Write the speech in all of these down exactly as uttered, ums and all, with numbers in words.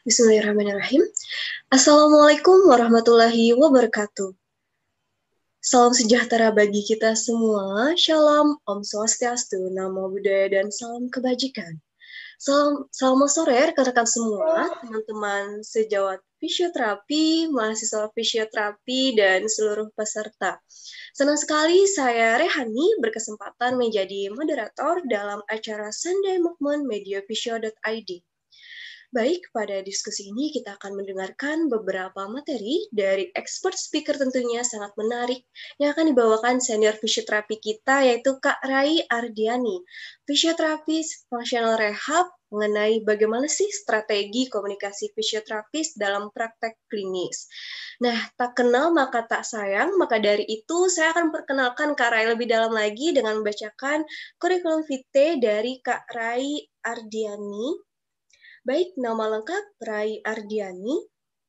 Bismillahirrahmanirrahim. Assalamualaikum warahmatullahi wabarakatuh. Salam sejahtera bagi kita semua. Shalom, Om Swastiastu, Namo Buddhaya, dan salam kebajikan. Salam, selamat sore rekan-rekan semua, teman-teman sejawat fisioterapi, mahasiswa fisioterapi, dan seluruh peserta. Senang sekali saya Rehani berkesempatan menjadi moderator dalam acara Sunday Movement media physio dot i d. Baik, pada diskusi ini kita akan mendengarkan beberapa materi dari expert speaker tentunya sangat menarik yang akan dibawakan senior fisioterapi kita yaitu Kak Rai Ardiani, fisioterapis functional rehab mengenai bagaimana sih strategi komunikasi fisioterapis dalam praktek klinis. Nah, tak kenal maka tak sayang, maka dari itu saya akan perkenalkan Kak Rai lebih dalam lagi dengan membacakan kurikulum vitae dari Kak Rai Ardiani. Baik, nama lengkap Rai Ardiani,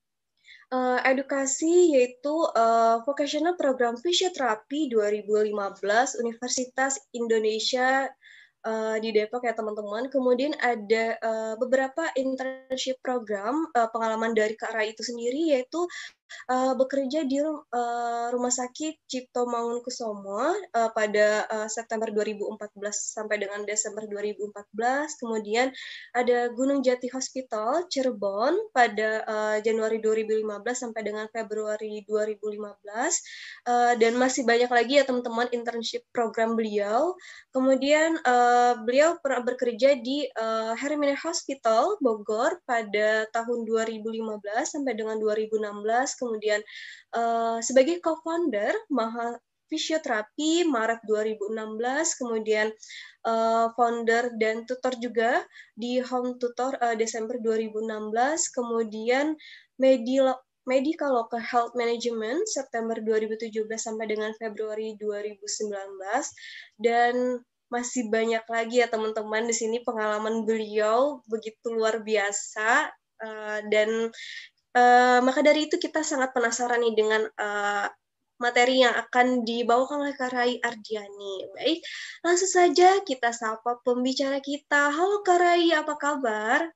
uh, edukasi yaitu uh, Vocational Program Fisioterapi dua ribu lima belas Universitas Indonesia uh, di Depok ya teman-teman. Kemudian ada uh, beberapa internship program uh, pengalaman dari Kak Rai itu sendiri yaitu uh, bekerja di uh, Rumah Sakit Cipto Mangunkusumo uh, pada uh, September dua ribu empat belas sampai dengan Desember dua ribu empat belas. Kemudian ada Gunung Jati Hospital Cirebon pada uh, Januari dua ribu lima belas sampai dengan Februari dua ribu lima belas. Uh, dan masih banyak lagi ya teman-teman internship program beliau. Kemudian uh, beliau pernah bekerja di uh, Hermina Hospital Bogor pada tahun dua ribu lima belas sampai dengan dua ribu enam belas. Kemudian uh, sebagai co-founder Maha Fisioterapi Maret dua ribu enam belas, kemudian uh, founder dan tutor juga di Home Tutor uh, Desember dua ribu enam belas, kemudian Medilo Medical Local Health Management September dua ribu tujuh belas sampai dengan Februari dua ribu sembilan belas, dan masih banyak lagi ya teman-teman di sini pengalaman beliau begitu luar biasa, uh, dan Uh, maka dari itu kita sangat penasaran nih dengan uh, materi yang akan dibawakan oleh Kak Rai Ardiani. Baik, langsung saja kita sapa pembicara kita. Halo Kak Rai, apa kabar?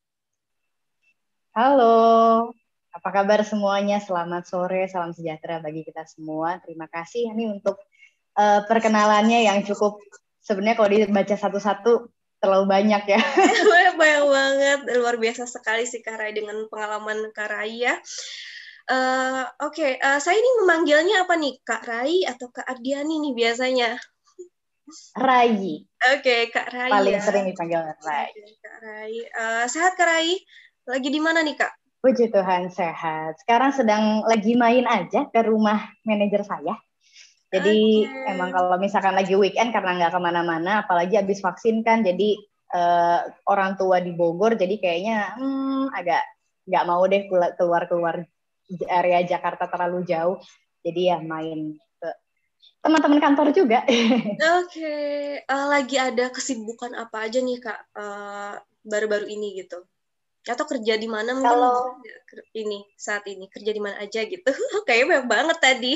Halo, apa kabar semuanya? Selamat sore, salam sejahtera bagi kita semua. Terima kasih ini untuk uh, perkenalannya yang cukup, sebenarnya kalau dibaca satu-satu terlalu banyak ya. Banyak banget, luar biasa sekali sih Kak Rai dengan pengalaman Kak Rai ya. Uh, Oke, okay. uh, saya ini memanggilnya apa nih, Kak Rai atau Kak Ardiani nih biasanya? Rai. Oke, okay, Kak Rai Paling ya. sering dipanggil Rai. Okay, Kak Rai. Uh, sehat Kak Rai? Lagi di mana nih Kak? Puji Tuhan sehat. Sekarang sedang lagi main aja ke rumah manajer saya. Jadi okay. Emang kalau misalkan lagi weekend karena nggak kemana-mana, apalagi habis vaksin kan, jadi uh, orang tua di Bogor, jadi kayaknya hmm, agak nggak mau deh keluar-keluar area Jakarta terlalu jauh. Jadi ya main ke teman-teman kantor juga. Oke, okay. uh, lagi ada kesibukan apa aja nih Kak uh, baru-baru ini gitu? Atau kerja di mana mungkin kalau ini saat ini kerja di mana aja gitu? Kayaknya banyak banget tadi.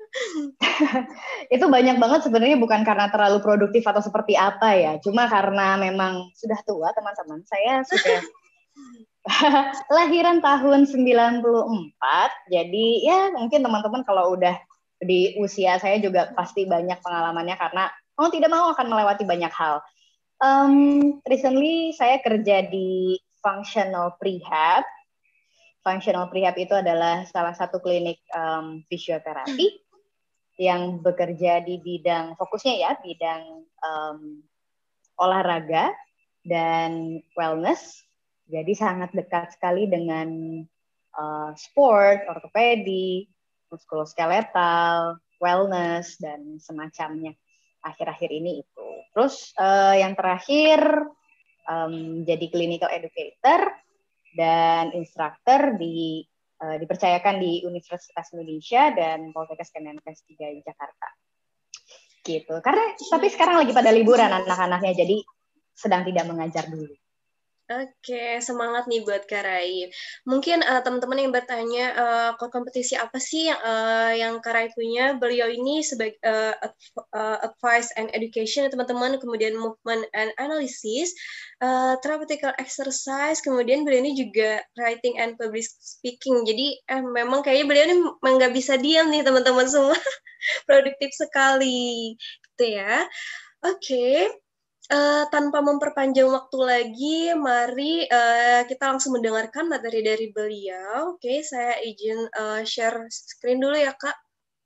Itu banyak banget sebenarnya, bukan karena terlalu produktif atau seperti apa ya, cuma karena memang sudah tua teman-teman. Saya sudah lahiran tahun sembilan puluh empat, jadi ya mungkin teman-teman kalau udah di usia saya juga pasti banyak pengalamannya karena mau tidak mau akan melewati banyak hal. Um, recently saya kerja di functional prehab. Functional prehab itu adalah salah satu klinik um, fisioterapi yang bekerja di bidang, fokusnya ya bidang um, olahraga dan wellness. Jadi sangat dekat sekali dengan uh, sport, ortopedi, muskuloskeletal, wellness, dan semacamnya. Akhir-akhir ini itu. Terus uh, yang terakhir um, jadi clinical educator dan instructor di uh, dipercayakan di Universitas Indonesia dan Poltekkes Kemenkes tiga di Jakarta. Gitu. Karena tapi sekarang lagi pada liburan anak-anaknya, jadi sedang tidak mengajar dulu. Oke, semangat nih buat Kak Rai. Mungkin uh, teman-teman yang bertanya, uh, kompetisi apa sih yang, uh, yang Kak Rai punya? Beliau ini sebagai uh, uh, advice and education, teman-teman, kemudian movement and analysis, uh, theoretical exercise, kemudian beliau ini juga writing and public speaking. Jadi eh, memang kayaknya beliau ini nggak bisa diam nih teman-teman semua, produktif sekali, gitu ya. Oke. Okay. Uh, tanpa memperpanjang waktu lagi, mari uh, kita langsung mendengarkan materi dari beliau. Oke, okay, saya izin uh, share screen dulu ya, Kak.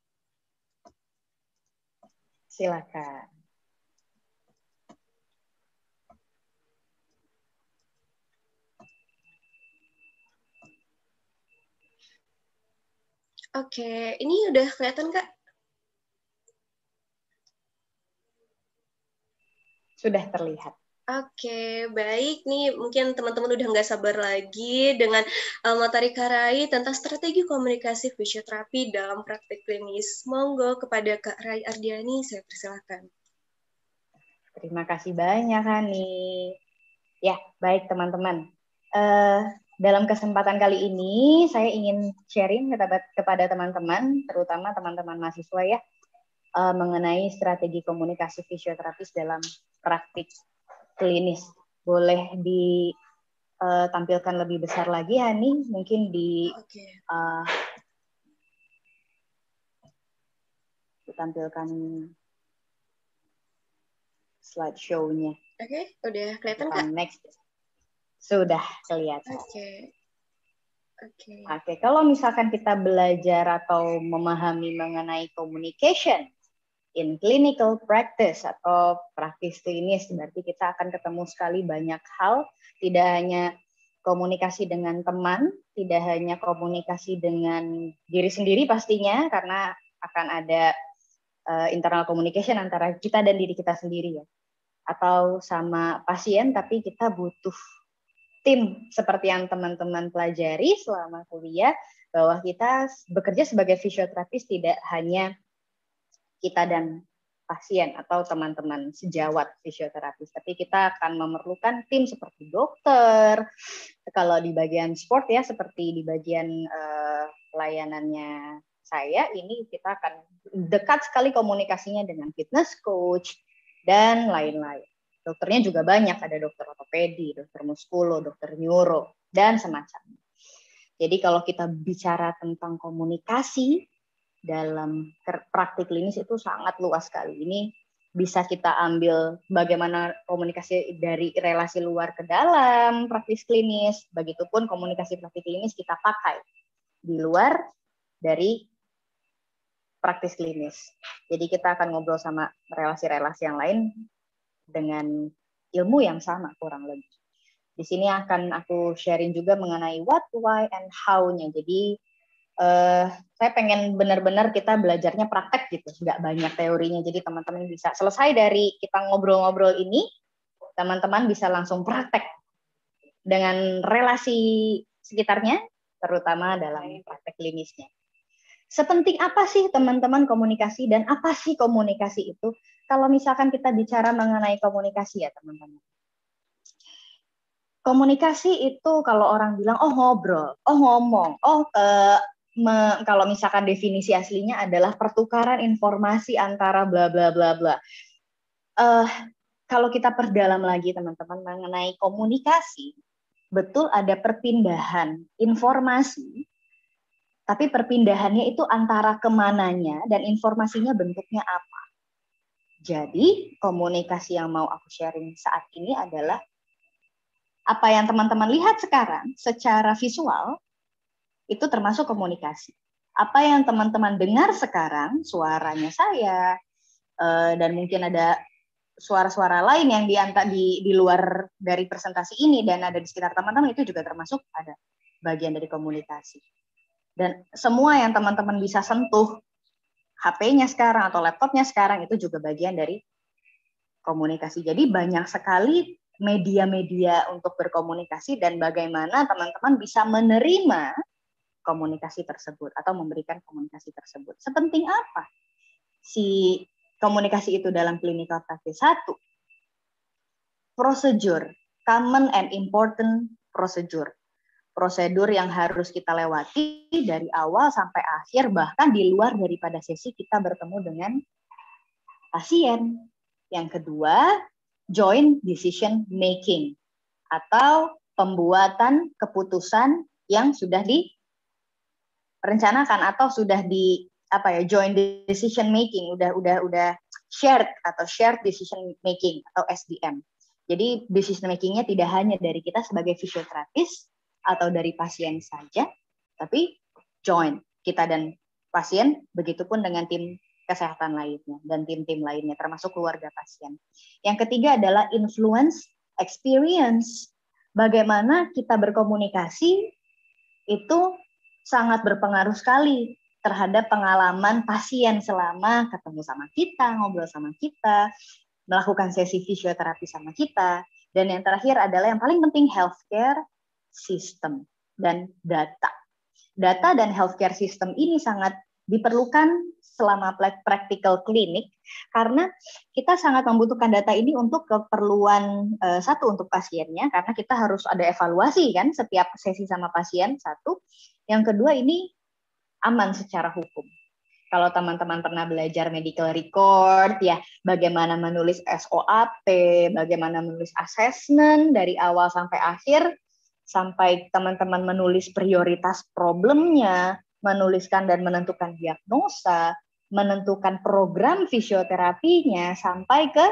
Silakan. Oke, okay, ini udah kelihatan, Kak? Sudah terlihat. Oke, okay, baik nih. Mungkin teman-teman udah nggak sabar lagi dengan uh, materi Kak Rai tentang strategi komunikasi fisioterapi dalam praktik klinis. Monggo kepada Kak Rai Ardiani, saya persilahkan. Terima kasih banyak, Hani. Ya, baik teman-teman. Uh, dalam kesempatan kali ini, saya ingin sharing kepada teman-teman, terutama teman-teman mahasiswa ya, uh, mengenai strategi komunikasi fisioterapis dalam praktik klinis. Boleh ditampilkan lebih besar lagi, Hani? Mungkin di okay. uh, ditampilkan slideshow-nya. Oke, okay, udah kelihatan, Kak? Next. Sudah kelihatan. Oke. Okay. Oke. Okay. Oke, okay. Kalau misalkan kita belajar atau memahami mengenai communication in clinical practice atau praktis klinis, berarti kita akan ketemu sekali banyak hal, tidak hanya komunikasi dengan teman, tidak hanya komunikasi dengan diri sendiri pastinya, karena akan ada uh, internal communication antara kita dan diri kita sendiri ya, atau sama pasien, tapi kita butuh tim seperti yang teman-teman pelajari selama kuliah, bahwa kita bekerja sebagai fisioterapis tidak hanya kita dan pasien atau teman-teman sejawat fisioterapis, tapi kita akan memerlukan tim seperti dokter, kalau di bagian sport ya, seperti di bagian uh, layanannya saya, ini kita akan dekat sekali komunikasinya dengan fitness coach, dan lain-lain. Dokternya juga banyak, ada dokter ortopedi, dokter muskulo, dokter neuro, dan semacamnya. Jadi kalau kita bicara tentang komunikasi dalam praktik klinis itu sangat luas sekali. Ini bisa kita ambil bagaimana komunikasi dari relasi luar ke dalam praktis klinis, begitupun komunikasi praktik klinis kita pakai di luar dari praktis klinis. Jadi kita akan ngobrol sama relasi-relasi yang lain dengan ilmu yang sama kurang lebih. Di sini akan aku sharing juga mengenai what, why, and how-nya. Jadi uh, saya pengen benar-benar kita belajarnya praktek gitu, nggak banyak teorinya. Jadi teman-teman bisa selesai dari kita ngobrol-ngobrol ini, teman-teman bisa langsung praktek dengan relasi sekitarnya, terutama dalam praktek klinisnya. Sepenting apa sih teman-teman komunikasi, dan apa sih komunikasi itu? Kalau misalkan kita bicara mengenai komunikasi ya teman-teman. Komunikasi itu kalau orang bilang, oh ngobrol, oh ngomong, oh uh, me, kalau misalkan definisi aslinya adalah pertukaran informasi antara bla bla bla bla. Uh, kalau kita perdalam lagi teman-teman mengenai komunikasi, betul ada perpindahan informasi, tapi perpindahannya itu antara kemananya dan informasinya bentuknya apa. Jadi komunikasi yang mau aku sharing saat ini adalah apa yang teman-teman lihat sekarang secara visual itu termasuk komunikasi. Apa yang teman-teman dengar sekarang, suaranya saya, dan mungkin ada suara-suara lain yang diantar di, di luar dari presentasi ini dan ada di sekitar teman-teman, itu juga termasuk ada bagian dari komunikasi. Dan semua yang teman-teman bisa sentuh, H P-nya sekarang atau laptopnya sekarang, itu juga bagian dari komunikasi. Jadi banyak sekali media-media untuk berkomunikasi dan bagaimana teman-teman bisa menerima komunikasi tersebut atau memberikan komunikasi tersebut. Sepenting apa si komunikasi itu dalam clinical practice? Satu, prosedur. common and important procedure. Prosedur yang harus kita lewati dari awal sampai akhir, bahkan di luar daripada sesi kita bertemu dengan pasien. Yang kedua, joint decision making atau pembuatan keputusan yang sudah direncanakan atau sudah di apa ya, joint decision making, udah udah udah shared atau shared decision making atau S D M. Jadi decision makingnya tidak hanya dari kita sebagai fisioterapis atau dari pasien saja, tapi joint kita dan pasien, begitupun dengan tim kesehatan lainnya dan tim-tim lainnya, termasuk keluarga pasien. Yang ketiga adalah influence experience. Bagaimana kita berkomunikasi itu sangat berpengaruh sekali terhadap pengalaman pasien selama ketemu sama kita, ngobrol sama kita, melakukan sesi fisioterapi sama kita. Dan yang terakhir adalah yang paling penting, healthcare system dan data. Data dan healthcare system ini sangat diperlukan selama practical klinik karena kita sangat membutuhkan data ini untuk keperluan eh, satu untuk pasiennya, karena kita harus ada evaluasi kan setiap sesi sama pasien satu. Yang kedua, ini aman secara hukum. Kalau teman-teman pernah belajar medical record ya, bagaimana menulis S O A P, bagaimana menulis assessment dari awal sampai akhir, sampai teman-teman menulis prioritas problemnya, menuliskan dan menentukan diagnosa, menentukan program fisioterapinya, sampai ke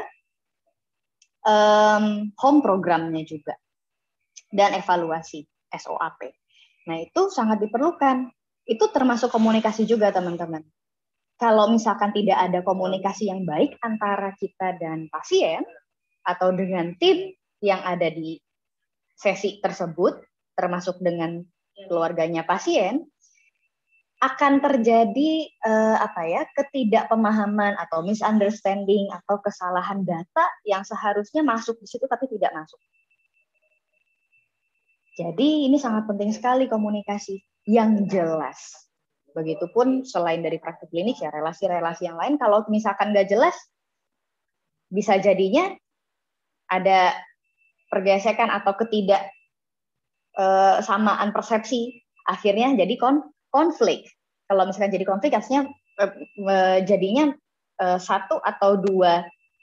um, home programnya juga, dan evaluasi S O A P. Nah, itu sangat diperlukan. Itu termasuk komunikasi juga, teman-teman. Kalau misalkan tidak ada komunikasi yang baik antara kita dan pasien, atau dengan tim yang ada di sesi tersebut, termasuk dengan keluarganya pasien, akan terjadi eh, apa ya, ketidakpemahaman atau misunderstanding atau kesalahan data yang seharusnya masuk di situ tapi tidak masuk. Jadi ini sangat penting sekali komunikasi yang jelas. Begitupun selain dari praktik klinik ya, relasi-relasi yang lain, kalau misalkan nggak jelas, bisa jadinya ada pergesekan atau ketidaksamaan persepsi, akhirnya jadi kon konflik. Kalau misalkan jadi konflik, artinya eh, jadinya eh, satu atau dua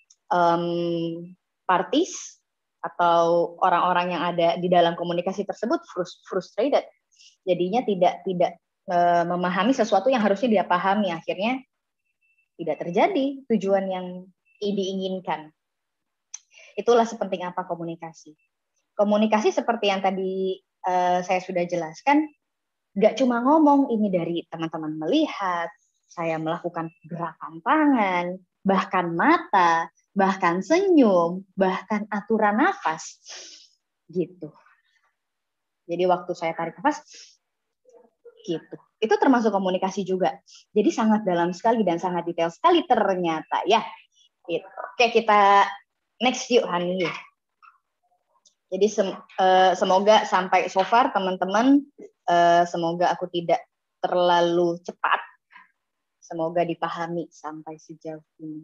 um, parties atau orang-orang yang ada di dalam komunikasi tersebut frustrated, jadinya tidak tidak e, memahami sesuatu yang harusnya dia pahami, akhirnya tidak terjadi tujuan yang diinginkan. Itulah sepenting apa komunikasi. Komunikasi seperti yang tadi e, saya sudah jelaskan, nggak cuma ngomong, ini dari teman-teman melihat, saya melakukan gerakan tangan, bahkan mata, bahkan senyum, bahkan aturan nafas, gitu. Jadi waktu saya tarik nafas, gitu. Itu termasuk komunikasi juga. Jadi sangat dalam sekali dan sangat detail sekali ternyata ya. Gitu. Oke, kita next yuk, Hani. Jadi sem uh, semoga sampai so far teman-teman, uh, semoga aku tidak terlalu cepat. Semoga dipahami sampai sejauh ini.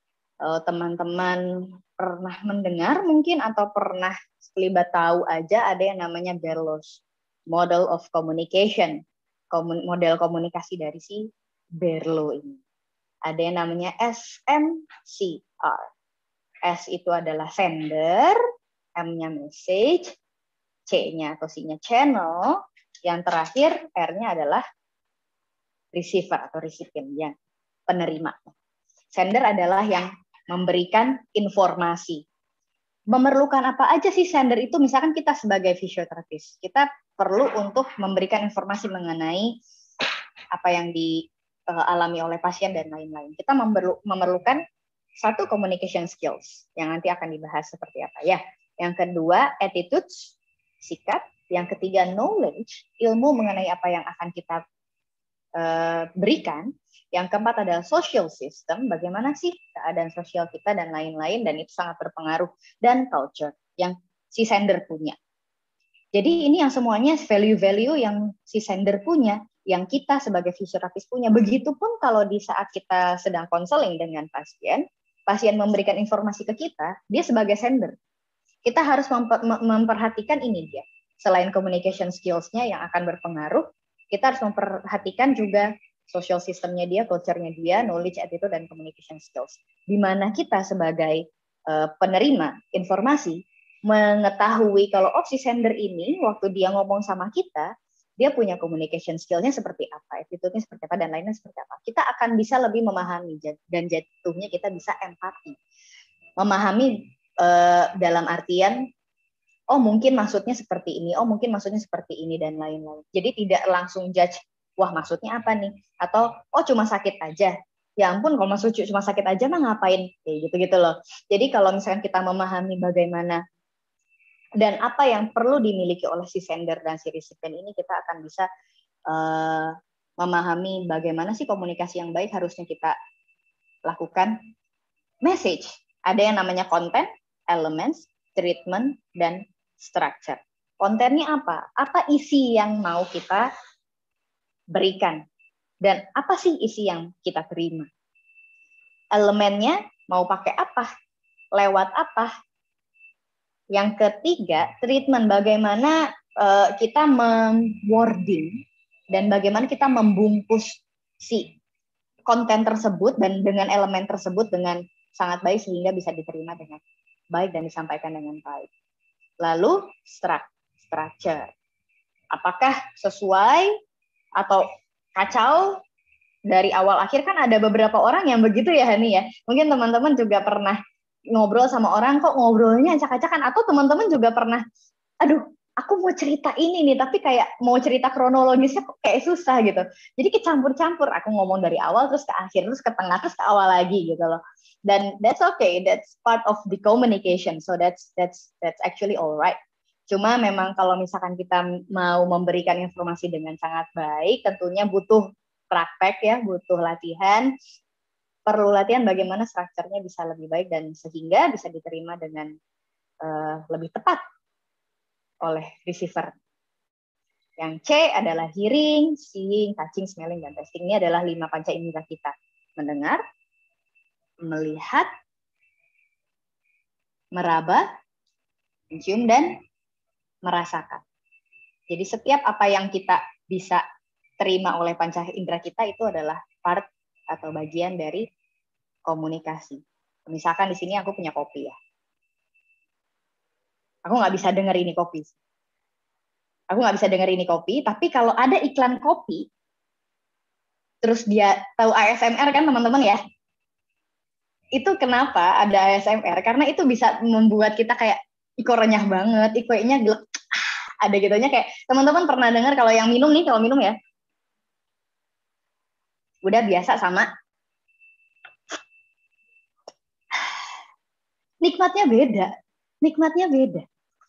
Teman-teman pernah mendengar mungkin atau pernah sekelibat tahu aja ada yang namanya Berlow's Model of Communication, Komun model komunikasi dari si Berlow ini. Ada yang namanya S M C R. S itu adalah sender, M-nya message, C-nya atau C-nya channel, yang terakhir R-nya adalah receiver atau recipient, yang penerima. Sender adalah yang memberikan informasi. Memerlukan apa aja sih sender itu? Misalkan kita sebagai fisioterapis, kita perlu untuk memberikan informasi mengenai apa yang dialami oleh pasien dan lain-lain. Kita memerlukan satu, communication skills, yang nanti akan dibahas seperti apa ya. Yang kedua, attitudes, sikap. Yang ketiga, knowledge, ilmu mengenai apa yang akan kita uh, berikan. Yang keempat adalah social system, bagaimana sih keadaan sosial kita dan lain-lain, dan itu sangat berpengaruh. Dan culture, yang si sender punya. Jadi ini yang semuanya value-value yang si sender punya, yang kita sebagai fisioterapis punya. Begitupun kalau di saat kita sedang konseling dengan pasien, pasien memberikan informasi ke kita, dia sebagai sender. kita harus memper, memperhatikan ini dia. Selain communication skills-nya yang akan berpengaruh, kita harus memperhatikan juga social system-nya dia, culture-nya dia, knowledge, attitude, dan communication skills. Di mana kita sebagai uh, penerima informasi mengetahui kalau oh si sender ini waktu dia ngomong sama kita, dia punya communication skill-nya seperti apa, attitude-nya seperti apa, dan lainnya seperti apa. Kita akan bisa lebih memahami dan jatuhnya kita bisa empati. Memahami uh, dalam artian, oh mungkin maksudnya seperti ini, oh mungkin maksudnya seperti ini, dan lain-lain. Jadi tidak langsung judge, wah maksudnya apa nih? Atau, oh cuma sakit aja. Ya ampun, kalau maksud cuma sakit aja mah ngapain? Kayak gitu-gitu loh. Jadi kalau misalkan kita memahami bagaimana dan apa yang perlu dimiliki oleh si sender dan si recipient ini, kita akan bisa uh, memahami bagaimana sih komunikasi yang baik harusnya kita lakukan. Message, ada yang namanya content, elements, treatment, dan structure. Kontennya apa? Apa isi yang mau kita berikan? Dan apa sih isi yang kita terima? Elemennya mau pakai apa? Lewat apa? Yang ketiga, treatment, bagaimana uh, kita mem-wording dan bagaimana kita membungkus si konten tersebut dan dengan elemen tersebut dengan sangat baik sehingga bisa diterima dengan baik dan disampaikan dengan baik. Lalu structure, apakah sesuai atau kacau dari awal akhir? Kan ada beberapa orang yang begitu ya Hani ya. Mungkin teman-teman juga pernah ngobrol sama orang kok ngobrolnya acak-acakan, atau teman-teman juga pernah, aduh aku mau cerita ini nih tapi kayak mau cerita kronologisnya kok kayak susah gitu. Jadi kecampur-campur, aku ngomong dari awal terus ke akhir terus ke tengah terus ke awal lagi gitu loh. Dan that's okay, that's part of the communication, so that's that's that's actually alright. Cuma memang kalau misalkan kita mau memberikan informasi dengan sangat baik, tentunya butuh praktek ya, butuh latihan, perlu latihan bagaimana strukturnya bisa lebih baik dan sehingga bisa diterima dengan uh, lebih tepat oleh receiver. Yang C adalah hearing, seeing, touching, smelling, dan tasting. Ini adalah lima panca indera kita. Mendengar, melihat, meraba, mencium, dan merasakan. Jadi setiap apa yang kita bisa terima oleh panca indera kita itu adalah part atau bagian dari komunikasi. Misalkan di sini aku punya kopi ya. Aku nggak bisa dengar ini kopi. Aku nggak bisa dengar ini kopi, tapi kalau ada iklan kopi, terus dia tahu A S M R kan teman-teman ya? Itu kenapa ada A S M R? Karena itu bisa membuat kita kayak, iko renyah banget, iko nya gelek, ada gitunya kayak, teman-teman pernah dengar kalau yang minum nih, kalau minum ya, udah biasa sama, nikmatnya beda, nikmatnya beda.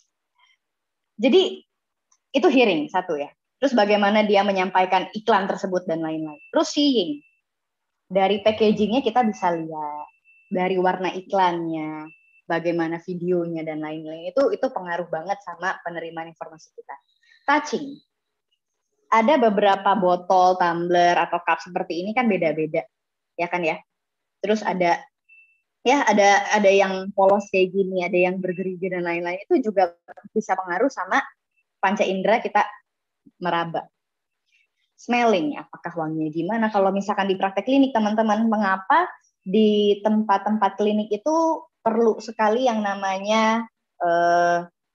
Jadi itu hearing satu ya. Terus bagaimana dia menyampaikan iklan tersebut dan lain-lain. Terus seeing, dari packagingnya kita bisa lihat, dari warna iklannya, bagaimana videonya dan lain-lain. Itu itu pengaruh banget sama penerimaan informasi kita. Touching, ada beberapa botol, tumbler atau cup seperti ini kan beda-beda, ya kan ya. Terus ada ya ada ada yang polos kayak gini, ada yang bergerigi dan lain-lain. Itu juga bisa pengaruh sama panca indera kita meraba. Smelling, apakah wanginya gimana? Kalau misalkan di praktek klinik teman-teman, mengapa di tempat-tempat klinik itu perlu sekali yang namanya eh,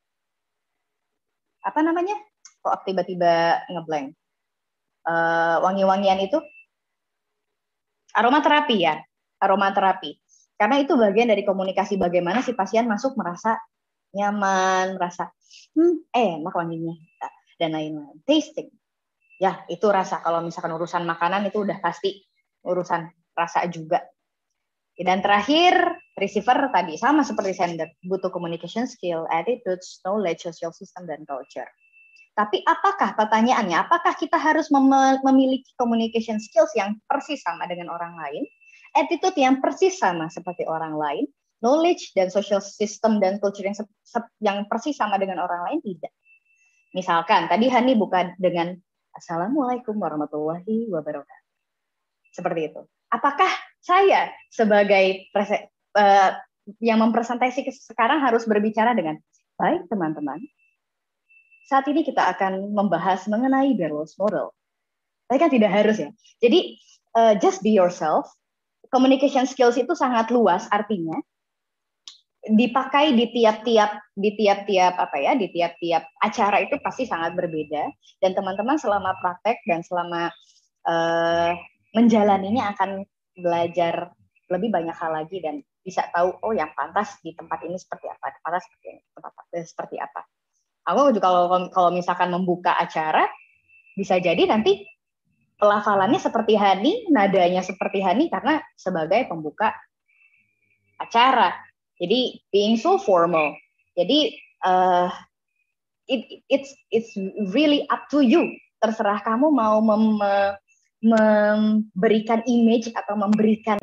apa namanya? Kok tiba-tiba ngeblank? Eh, wangi-wangian itu aromaterapi ya, aromaterapi. Karena itu bagian dari komunikasi bagaimana si pasien masuk merasa nyaman, merasa hmm, enak wanginya dan lain-lain. Tasting, ya itu rasa. Kalau misalkan urusan makanan itu udah pasti urusan rasa juga. Dan terakhir receiver tadi sama seperti sender, butuh communication skill, attitudes, knowledge, social system, dan culture. Tapi apakah pertanyaannya, apakah kita harus mem- memiliki communication skills yang persis sama dengan orang lain, attitude yang persis sama seperti orang lain, knowledge dan social system dan culture yang, yang persis sama dengan orang lain? Tidak. Misalkan tadi Hani buka dengan Assalamualaikum warahmatullahi wabarakatuh. Seperti itu. Apakah saya sebagai prese, uh, yang mempresentasi sekarang harus berbicara dengan baik teman-teman. Saat ini kita akan membahas mengenai Berlow's model. Tapi kan tidak harus ya. Jadi uh, just be yourself. Communication skills itu sangat luas artinya. Dipakai di tiap-tiap di tiap-tiap apa ya, di tiap-tiap acara itu pasti sangat berbeda. Dan teman-teman selama praktek dan selama uh, menjalaninya akan belajar lebih banyak hal lagi dan bisa tahu oh yang pantas di tempat ini seperti apa, pantas seperti ini, tempat seperti apa. Aku juga kalau kalau misalkan membuka acara bisa jadi nanti pelafalannya seperti Hani, nadanya seperti Hani karena sebagai pembuka acara. Jadi being so formal. Jadi uh, it, it's it's really up to you. Terserah kamu mau mem, memberikan image atau memberikan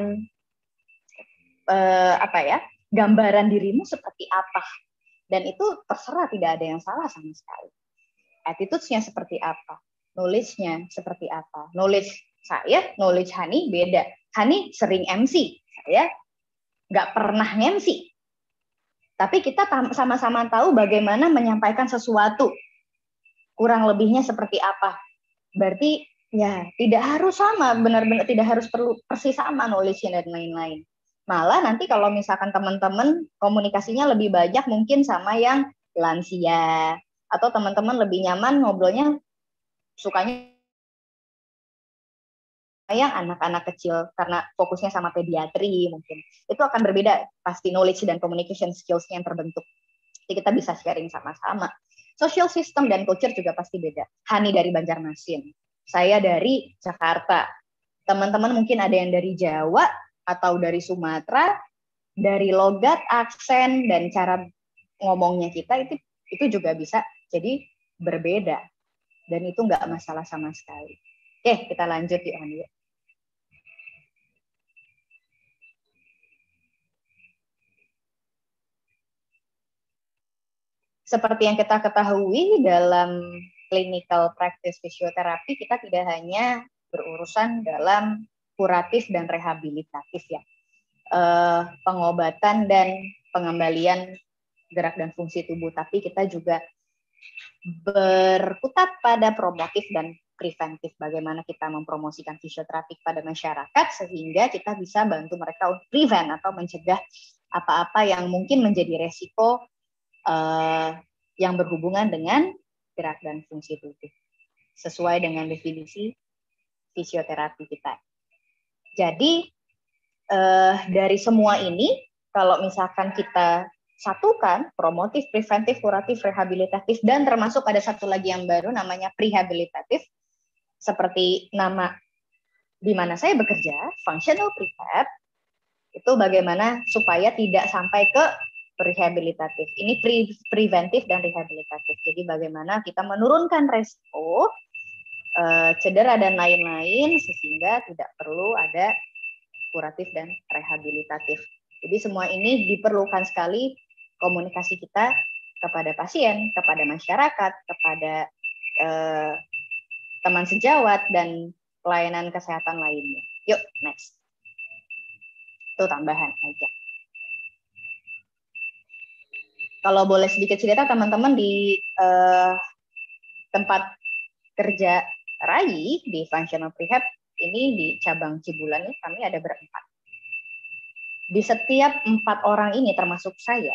Uh, apa ya, gambaran dirimu seperti apa, dan itu terserah, tidak ada yang salah sama sekali. Attitude-nya seperti apa, knowledge-nya seperti apa. Knowledge saya, knowledge Hani beda. Hani sering M C, saya nggak pernah M C. Tapi kita sama-sama tahu bagaimana menyampaikan sesuatu, kurang lebihnya seperti apa. Berarti ya tidak harus sama, benar-benar tidak harus perlu persis sama knowledge-nya dan lain-lain. Malah nanti kalau misalkan teman-teman komunikasinya lebih banyak mungkin sama yang lansia, atau teman-teman lebih nyaman ngobrolnya sukanya yang anak-anak kecil karena fokusnya sama pediatri mungkin. Itu akan berbeda pasti knowledge dan communication skills-nya yang terbentuk. Jadi kita bisa sharing sama-sama. Social system dan culture juga pasti beda. Hani dari Banjarmasin, saya dari Jakarta. Teman-teman mungkin ada yang dari Jawa, atau dari Sumatera, dari logat, aksen, dan cara ngomongnya kita itu itu juga bisa jadi berbeda, dan itu nggak masalah sama sekali. Oke, kita lanjut yuk, Hani. Seperti yang kita ketahui dalam clinical practice fisioterapi, kita tidak hanya berurusan dalam kuratif dan rehabilitatif ya, uh, pengobatan dan pengembalian gerak dan fungsi tubuh, tapi kita juga berkutat pada promotif dan preventif, bagaimana kita mempromosikan fisioterapi pada masyarakat sehingga kita bisa bantu mereka untuk prevent atau mencegah apa-apa yang mungkin menjadi resiko uh, yang berhubungan dengan gerak dan fungsi tubuh sesuai dengan definisi fisioterapi kita. Jadi eh, dari semua ini, kalau misalkan kita satukan promotif, preventif, kuratif, rehabilitatif, dan termasuk ada satu lagi yang baru namanya prehabilitatif, seperti nama di mana saya bekerja, functional prehab, itu bagaimana supaya tidak sampai ke rehabilitatif. Ini pre preventif dan rehabilitatif. Jadi bagaimana kita menurunkan resiko cedera dan lain-lain sehingga tidak perlu ada kuratif dan rehabilitatif. Jadi semua ini diperlukan sekali komunikasi kita kepada pasien, kepada masyarakat, kepada eh, teman sejawat dan pelayanan kesehatan lainnya. Yuk, next. Itu tambahan aja. Kalau boleh sedikit cerita teman-teman di eh, tempat kerja Rai di Functional Prehab ini di cabang Cibulan ini kami ada berempat. Di setiap empat orang ini termasuk saya,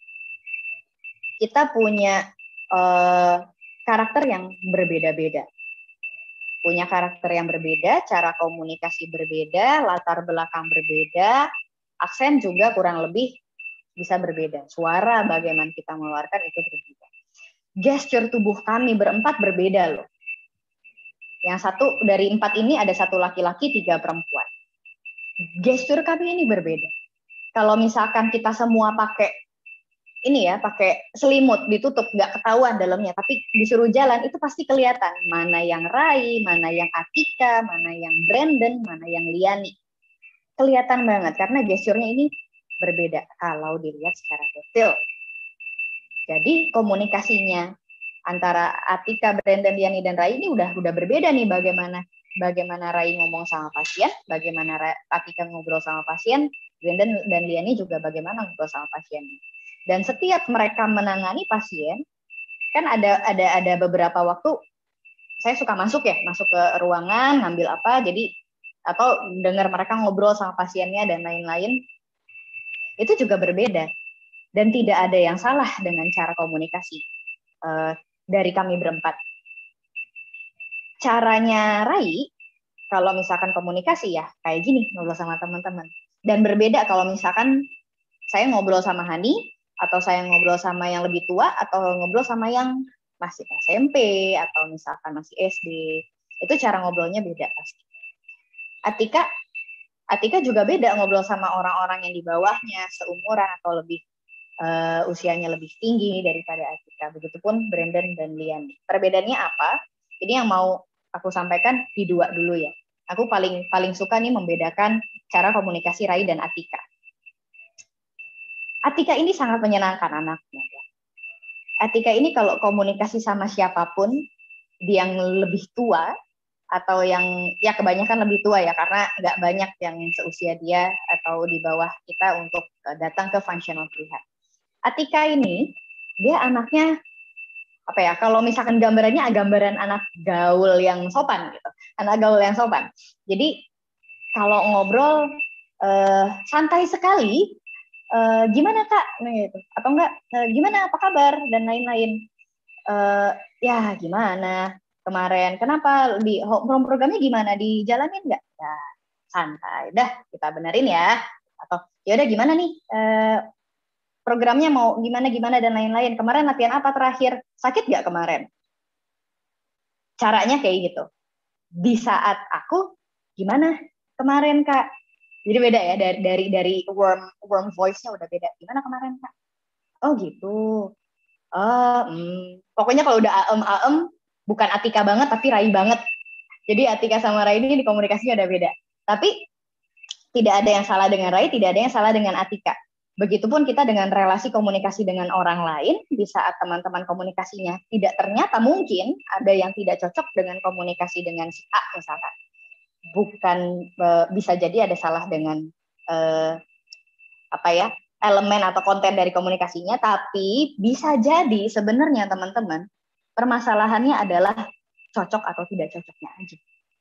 kita punya uh, karakter yang berbeda-beda. Punya karakter yang berbeda, cara komunikasi berbeda, latar belakang berbeda, aksen juga kurang lebih bisa berbeda. Suara bagaimana kita mengeluarkan itu berbeda. Gesture tubuh kami berempat berbeda loh. Yang satu dari empat ini ada satu laki-laki, tiga perempuan. Gestur kami ini berbeda. Kalau misalkan kita semua pakai ini ya, pakai selimut ditutup, nggak ketahuan dalamnya, tapi disuruh jalan itu pasti kelihatan mana yang Rai, mana yang Atika, mana yang Brandon, mana yang Liani. Kelihatan banget karena gesturnya ini berbeda kalau dilihat secara detail. Jadi komunikasinya antara Atika, Brandon, Liani, dan Rai ini udah udah berbeda nih, bagaimana bagaimana Rai ngomong sama pasien, bagaimana Atika ngobrol sama pasien, Brandon dan Liani juga bagaimana ngobrol sama pasien. Dan setiap mereka menangani pasien, kan ada ada ada beberapa waktu saya suka masuk ya, masuk ke ruangan, ngambil apa, jadi atau dengar mereka ngobrol sama pasiennya dan lain-lain. Itu juga berbeda. Dan tidak ada yang salah dengan cara komunikasi uh, dari kami berempat. Caranya Rai, kalau misalkan komunikasi ya, kayak gini, ngobrol sama teman-teman. Dan berbeda kalau misalkan saya ngobrol sama Hani, atau saya ngobrol sama yang lebih tua, atau ngobrol sama yang masih S M P, atau misalkan masih S D. Itu cara ngobrolnya beda pasti. Atika, Atika juga beda ngobrol sama orang-orang yang di bawahnya, seumuran atau lebih uh, usianya lebih tinggi daripada Atika. Begitupun Brandon dan Lian. Perbedaannya apa? Ini yang mau aku sampaikan di dua dulu ya. Aku paling paling suka nih membedakan cara komunikasi Rai dan Atika. Atika ini sangat menyenangkan anaknya. Atika ini kalau komunikasi sama siapapun, dia yang lebih tua, atau yang ya kebanyakan lebih tua ya, karena nggak banyak yang seusia dia atau di bawah kita untuk datang ke functional rehab. Atika ini, dia anaknya, apa ya, kalau misalkan gambarannya gambaran anak gaul yang sopan gitu, anak gaul yang sopan. Jadi kalau ngobrol eh, santai sekali, eh, gimana kak, nah, gitu. Atau enggak, eh, gimana, apa kabar dan lain-lain. Eh, ya gimana kemarin, kenapa di home programnya gimana, dijalanin nggak? Ya santai, dah kita benerin ya. Atau ya udah gimana nih, eh, programnya mau gimana-gimana dan lain-lain. Kemarin latihan apa terakhir? Sakit nggak kemarin? Caranya kayak gitu. Di saat aku, gimana kemarin kak? Jadi beda ya, dari dari dari warm warm voice-nya udah beda. Gimana kemarin kak? Oh gitu. Oh, hmm. Pokoknya kalau udah aem-aem, bukan Atika banget, tapi Rai banget. Jadi Atika sama Rai ini di komunikasinya udah beda. Tapi tidak ada yang salah dengan Rai, tidak ada yang salah dengan Atika. Begitupun kita dengan relasi komunikasi dengan orang lain, di saat teman-teman komunikasinya tidak, ternyata mungkin ada yang tidak cocok dengan komunikasi dengan si A misalkan. Bukan, bisa jadi ada salah dengan eh, apa ya, elemen atau konten dari komunikasinya, tapi bisa jadi sebenarnya teman-teman permasalahannya adalah cocok atau tidak cocoknya aja.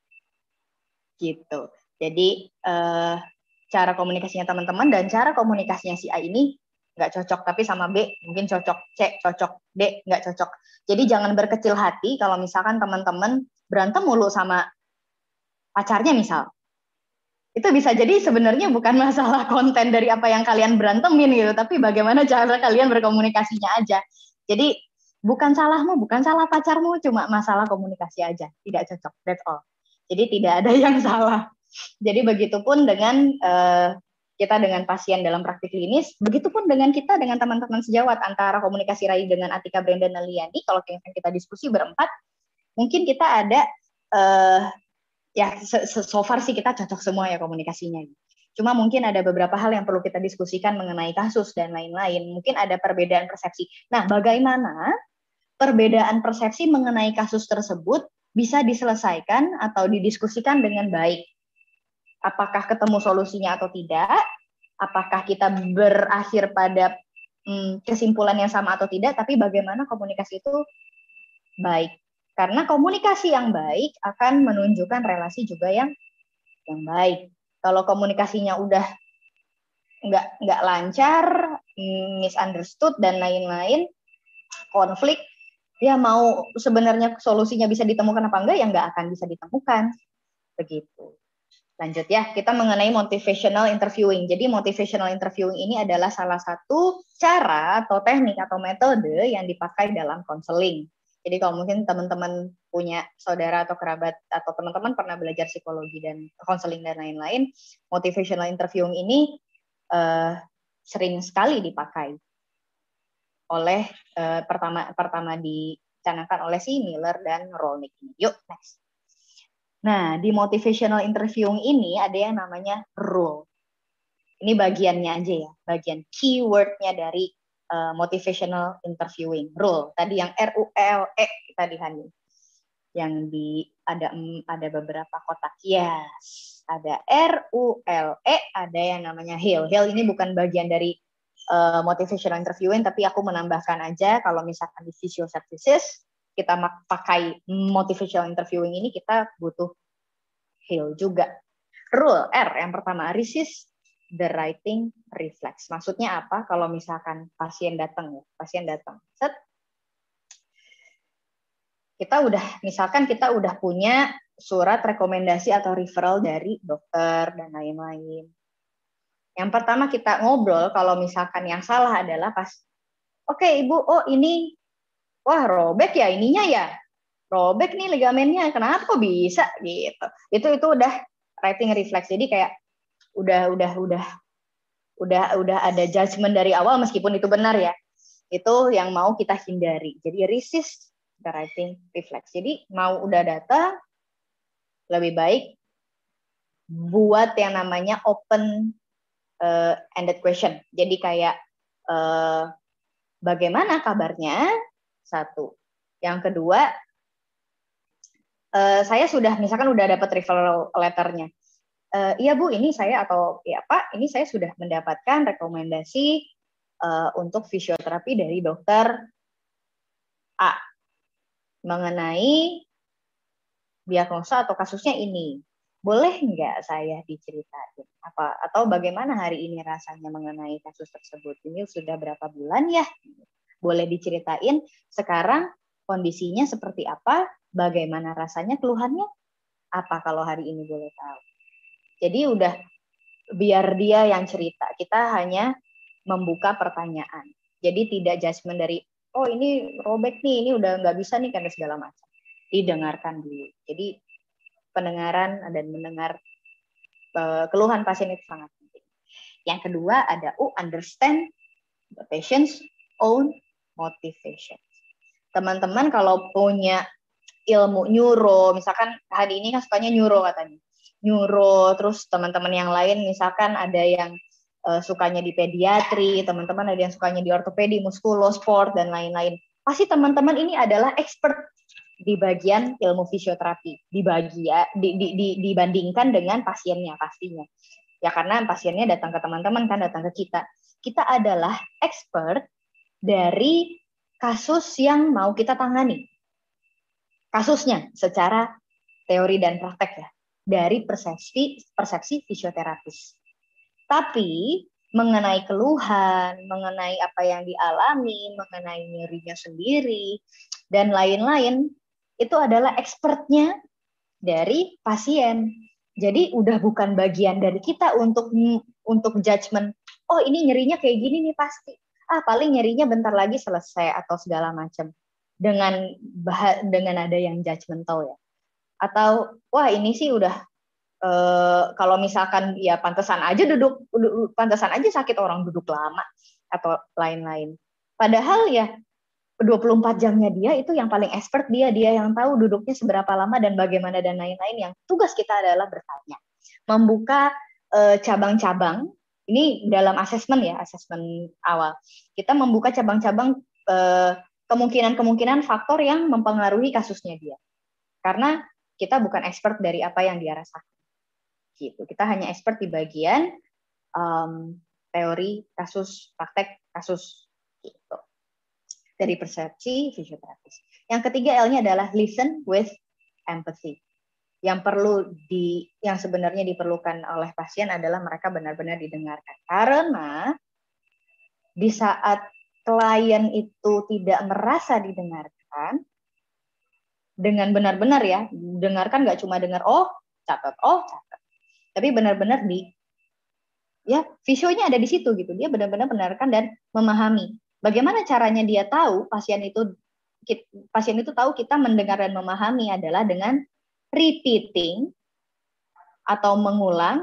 Gitu. Jadi eh, cara komunikasinya teman-teman dan cara komunikasinya si A ini nggak cocok, tapi sama B mungkin cocok, C cocok, D nggak cocok. Jadi jangan berkecil hati kalau misalkan teman-teman berantem mulu sama pacarnya misal. Itu bisa jadi sebenarnya bukan masalah konten dari apa yang kalian berantemin gitu, tapi bagaimana cara kalian berkomunikasinya aja. Jadi bukan salahmu, bukan salah pacarmu, cuma masalah komunikasi aja, tidak cocok, that's all. Jadi tidak ada yang salah. Jadi begitupun dengan uh, kita dengan pasien dalam praktik klinis, begitupun dengan kita dengan teman-teman sejawat, antara komunikasi Rai dengan Atika, Brandon, dan Liani. Kalau kita diskusi berempat, mungkin kita ada uh, ya so far sih kita cocok semua ya komunikasinya. Cuma mungkin ada beberapa hal yang perlu kita diskusikan mengenai kasus dan lain-lain. Mungkin ada perbedaan persepsi. Nah, bagaimana perbedaan persepsi mengenai kasus tersebut bisa diselesaikan atau didiskusikan dengan baik? Apakah ketemu solusinya atau tidak? Apakah kita berakhir pada hmm, kesimpulan yang sama atau tidak? Tapi bagaimana komunikasi itu baik? Karena komunikasi yang baik akan menunjukkan relasi juga yang yang baik. Kalau komunikasinya udah nggak nggak lancar, misunderstood dan lain-lain, konflik, ya mau sebenarnya solusinya bisa ditemukan apa enggak, ya nggak akan bisa ditemukan. Begitu. Lanjut ya, kita mengenai motivational interviewing. Jadi motivational interviewing ini adalah salah satu cara atau teknik atau metode yang dipakai dalam konseling. Jadi kalau mungkin teman-teman punya saudara atau kerabat atau teman-teman pernah belajar psikologi dan konseling dan lain-lain, motivational interviewing ini uh, sering sekali dipakai oleh uh, pertama pertama dicanangkan oleh si Miller dan Rolnick. Yuk, next. Nah, di motivational interviewing ini ada yang namanya rule. Ini bagiannya aja ya, bagian keyword-nya dari Uh, motivational interviewing rule. Tadi yang R U L E tadi Hani. Yang di ada ada beberapa kotak. Yes. ada R U L E, ada yang namanya heal. Heal ini bukan bagian dari uh, motivational interviewing, tapi aku menambahkan aja kalau misalkan di physioservices kita pakai motivational interviewing ini, kita butuh heal juga. Rule R yang pertama, resist the writing reflex. Maksudnya apa? Kalau misalkan pasien datang ya, pasien datang, set, kita udah, misalkan kita udah punya surat rekomendasi atau referral dari dokter dan lain-lain. Yang pertama kita ngobrol, kalau misalkan yang salah adalah pas, oke okay, Ibu, oh ini, wah robek ya ininya ya, robek nih ligamennya, kenapa kok bisa gitu. Itu itu udah writing reflex. Jadi kayak udah udah udah udah udah ada judgement dari awal meskipun itu benar ya. Itu yang mau kita hindari. Jadi resist the writing reflex. Jadi mau udah datang, lebih baik buat yang namanya open uh, ended question. Jadi kayak uh, bagaimana kabarnya? Satu. Yang kedua, uh, saya sudah misalkan udah dapat referral letternya. Uh, iya Bu, ini saya atau ya Pak, ini saya sudah mendapatkan rekomendasi uh, untuk fisioterapi dari dokter A mengenai diagnosa atau kasusnya ini. Boleh nggak saya diceritain apa atau bagaimana hari ini rasanya mengenai kasus tersebut? Ini sudah berapa bulan ya? Boleh diceritain sekarang kondisinya seperti apa? Bagaimana rasanya, keluhannya apa kalau hari ini boleh tahu? Jadi udah biar dia yang cerita. Kita hanya membuka pertanyaan. Jadi tidak judgement dari oh ini robek nih, ini udah nggak bisa nih karena segala macam. Didengarkan dulu. Jadi pendengaran dan mendengar uh, keluhan pasien itu sangat penting. Yang kedua ada U, understand the patient's own motivation. Teman-teman kalau punya ilmu neuro, misalkan hari ini kan sukanya neuro katanya. Neuro, terus teman-teman yang lain misalkan ada yang uh, sukanya di pediatri, teman-teman ada yang sukanya di ortopedi, muskulo, sport, dan lain-lain. Pasti teman-teman ini adalah expert di bagian ilmu fisioterapi, di bagian di, di, di, dibandingkan dengan pasiennya pastinya. Ya karena pasiennya datang ke teman-teman kan, datang ke kita. Kita adalah expert dari kasus yang mau kita tangani. Kasusnya secara teori dan praktek ya, dari persepsi persepsi fisioterapis. Tapi mengenai keluhan, mengenai apa yang dialami, mengenai nyerinya sendiri dan lain-lain, itu adalah expertnya dari pasien. Jadi udah bukan bagian dari kita untuk untuk judgement. Oh ini nyerinya kayak gini nih pasti. Ah paling nyerinya bentar lagi selesai atau segala macam. Dengan bah dengan ada yang judgmental ya. Atau wah ini sih udah eh, kalau misalkan ya pantesan aja duduk, duduk pantesan aja sakit orang duduk lama atau lain-lain. Padahal ya dua puluh empat jamnya dia itu yang paling expert dia, dia yang tahu duduknya seberapa lama dan bagaimana dan lain-lain. Yang tugas kita adalah bertanya, membuka uh, cabang-cabang. Ini dalam asesmen ya, asesmen awal. Kita membuka cabang-cabang uh, kemungkinan-kemungkinan faktor yang mempengaruhi kasusnya dia. Karena kita bukan expert dari apa yang dia rasakan. Gitu. Kita hanya expert di bagian um, teori kasus, praktek kasus gitu. Dari persepsi fisioterapis. Yang ketiga L-nya adalah listen with empathy. Yang perlu di yang sebenarnya diperlukan oleh pasien adalah mereka benar-benar didengarkan. Karena di saat klien itu tidak merasa didengarkan dengan benar-benar ya, dengarkan nggak cuma dengar oh catat oh catat, tapi benar-benar di ya visionya ada di situ gitu. Dia benar-benar mendengarkan dan memahami. Bagaimana caranya dia tahu pasien itu pasien itu tahu kita mendengar dan memahami adalah dengan repeating atau mengulang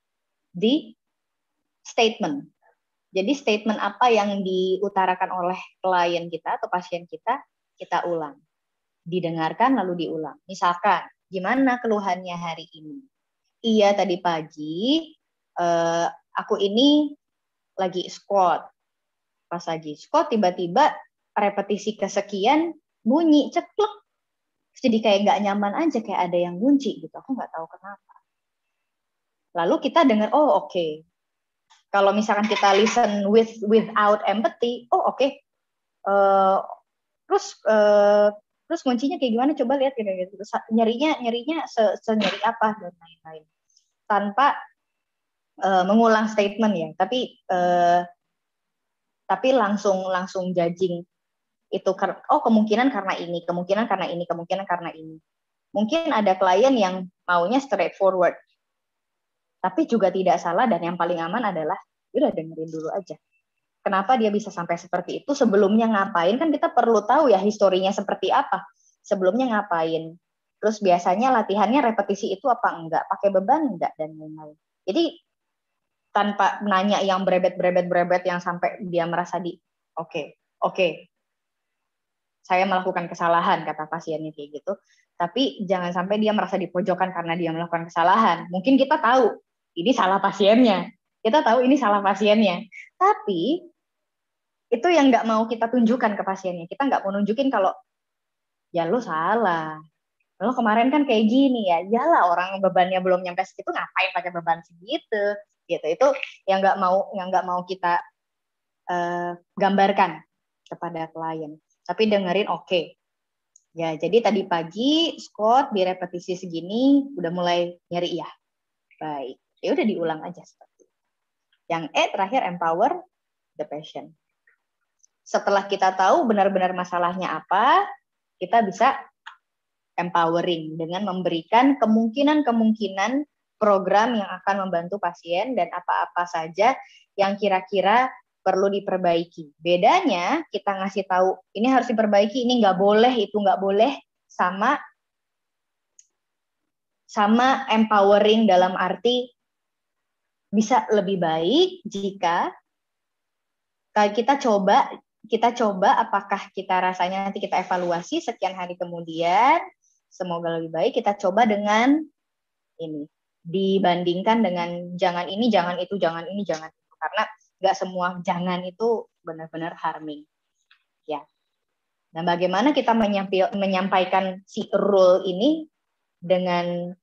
di statement. Jadi statement apa yang diutarakan oleh klien kita atau pasien kita, kita ulang. Didengarkan lalu diulang. Misalkan, gimana keluhannya hari ini? Iya tadi pagi eh, aku ini lagi squat. Pas lagi squat tiba-tiba repetisi kesekian bunyi ceklek, jadi kayak nggak nyaman aja, kayak ada yang kunci gitu, aku nggak tahu kenapa. Lalu kita dengar, oh oke. Okay. Kalau misalkan kita listen with without empathy, oh oke. Okay. Uh, terus uh, terus kuncinya kayak gimana? Coba lihat gitu. Nyerinya nyerinya se, se nyeri apa dan lain-lain. Tanpa uh, mengulang statement ya, tapi uh, tapi langsung langsung judging itu. Oh kemungkinan karena ini, kemungkinan karena ini, kemungkinan karena ini. Mungkin ada klien yang maunya straightforward. Tapi juga tidak salah dan yang paling aman adalah udah dengerin dulu aja. Kenapa dia bisa sampai seperti itu? Sebelumnya ngapain? Kan kita perlu tahu ya historinya seperti apa. Sebelumnya ngapain? Terus biasanya latihannya repetisi itu apa enggak? Pakai beban enggak? Dan lain-lain. Jadi tanpa nanya yang berebet-berebet-berebet yang sampai dia merasa di oke, okay, oke. Okay, saya melakukan kesalahan, kata pasiennya kayak gitu. Tapi jangan sampai dia merasa dipojokkan karena dia melakukan kesalahan. Mungkin kita tahu ini salah pasiennya. Kita tahu ini salah pasiennya. Tapi itu yang nggak mau kita tunjukkan ke pasiennya. Kita nggak mau nunjukin kalau ya lo salah. Lo kemarin kan kayak gini ya. Yalah orang bebannya belum nyampe segitu ngapain pakai beban segitu. Gitu. Itu yang nggak mau yang nggak mau kita uh, gambarkan kepada klien. Tapi dengerin oke. Okay. Ya, jadi tadi pagi Scott di repetisi segini udah mulai nyeri ya. Baik. Ya udah diulang aja seperti itu. Yang E terakhir empower the patient. Setelah kita tahu benar-benar masalahnya apa, kita bisa empowering dengan memberikan kemungkinan-kemungkinan program yang akan membantu pasien dan apa-apa saja yang kira-kira perlu diperbaiki. Bedanya kita ngasih tahu ini harus diperbaiki, ini nggak boleh, itu nggak boleh, sama sama empowering dalam arti bisa lebih baik jika kita coba kita coba apakah kita rasanya nanti kita evaluasi sekian hari kemudian, semoga lebih baik, kita coba dengan ini dibandingkan dengan jangan ini, jangan itu, jangan ini, jangan itu, karena nggak semua jangan itu benar-benar harming. Ya. Nah, bagaimana kita menyampaikan si rule ini dengan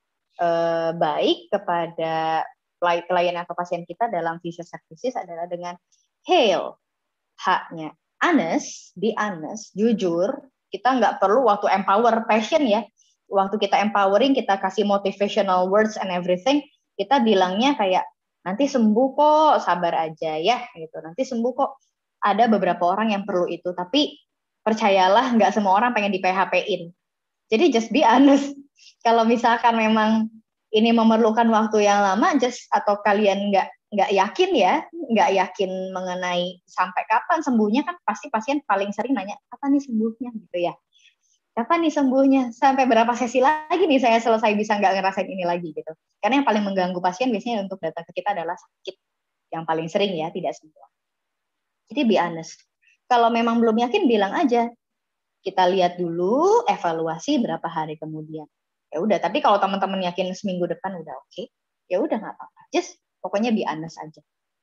eh, baik kepada klien atau pasien kita dalam visual services adalah dengan hail, haknya honest, be honest, jujur. Kita nggak perlu waktu empower passion ya, waktu kita empowering, kita kasih motivational words and everything, kita bilangnya kayak nanti sembuh kok, sabar aja ya, gitu. Nanti sembuh kok. Ada beberapa orang yang perlu itu, tapi percayalah nggak semua orang pengen di P H P-in. Jadi just be honest. Kalau misalkan memang ini memerlukan waktu yang lama, just atau kalian nggak nggak yakin ya, nggak yakin mengenai sampai kapan sembuhnya, kan pasti pasien paling sering nanya, kapan nih sembuhnya gitu ya. Kapan nih sembuhnya? Sampai berapa sesi lagi nih saya selesai bisa nggak ngerasain ini lagi gitu. Karena yang paling mengganggu pasien biasanya untuk datang ke kita adalah sakit. Yang paling sering ya, tidak semua. Jadi be honest. Kalau memang belum yakin, bilang aja. Kita lihat dulu, evaluasi berapa hari kemudian. Ya udah, tapi kalau teman-teman yakin seminggu depan udah oke, okay, ya udah nggak apa-apa. Just pokoknya be honest aja.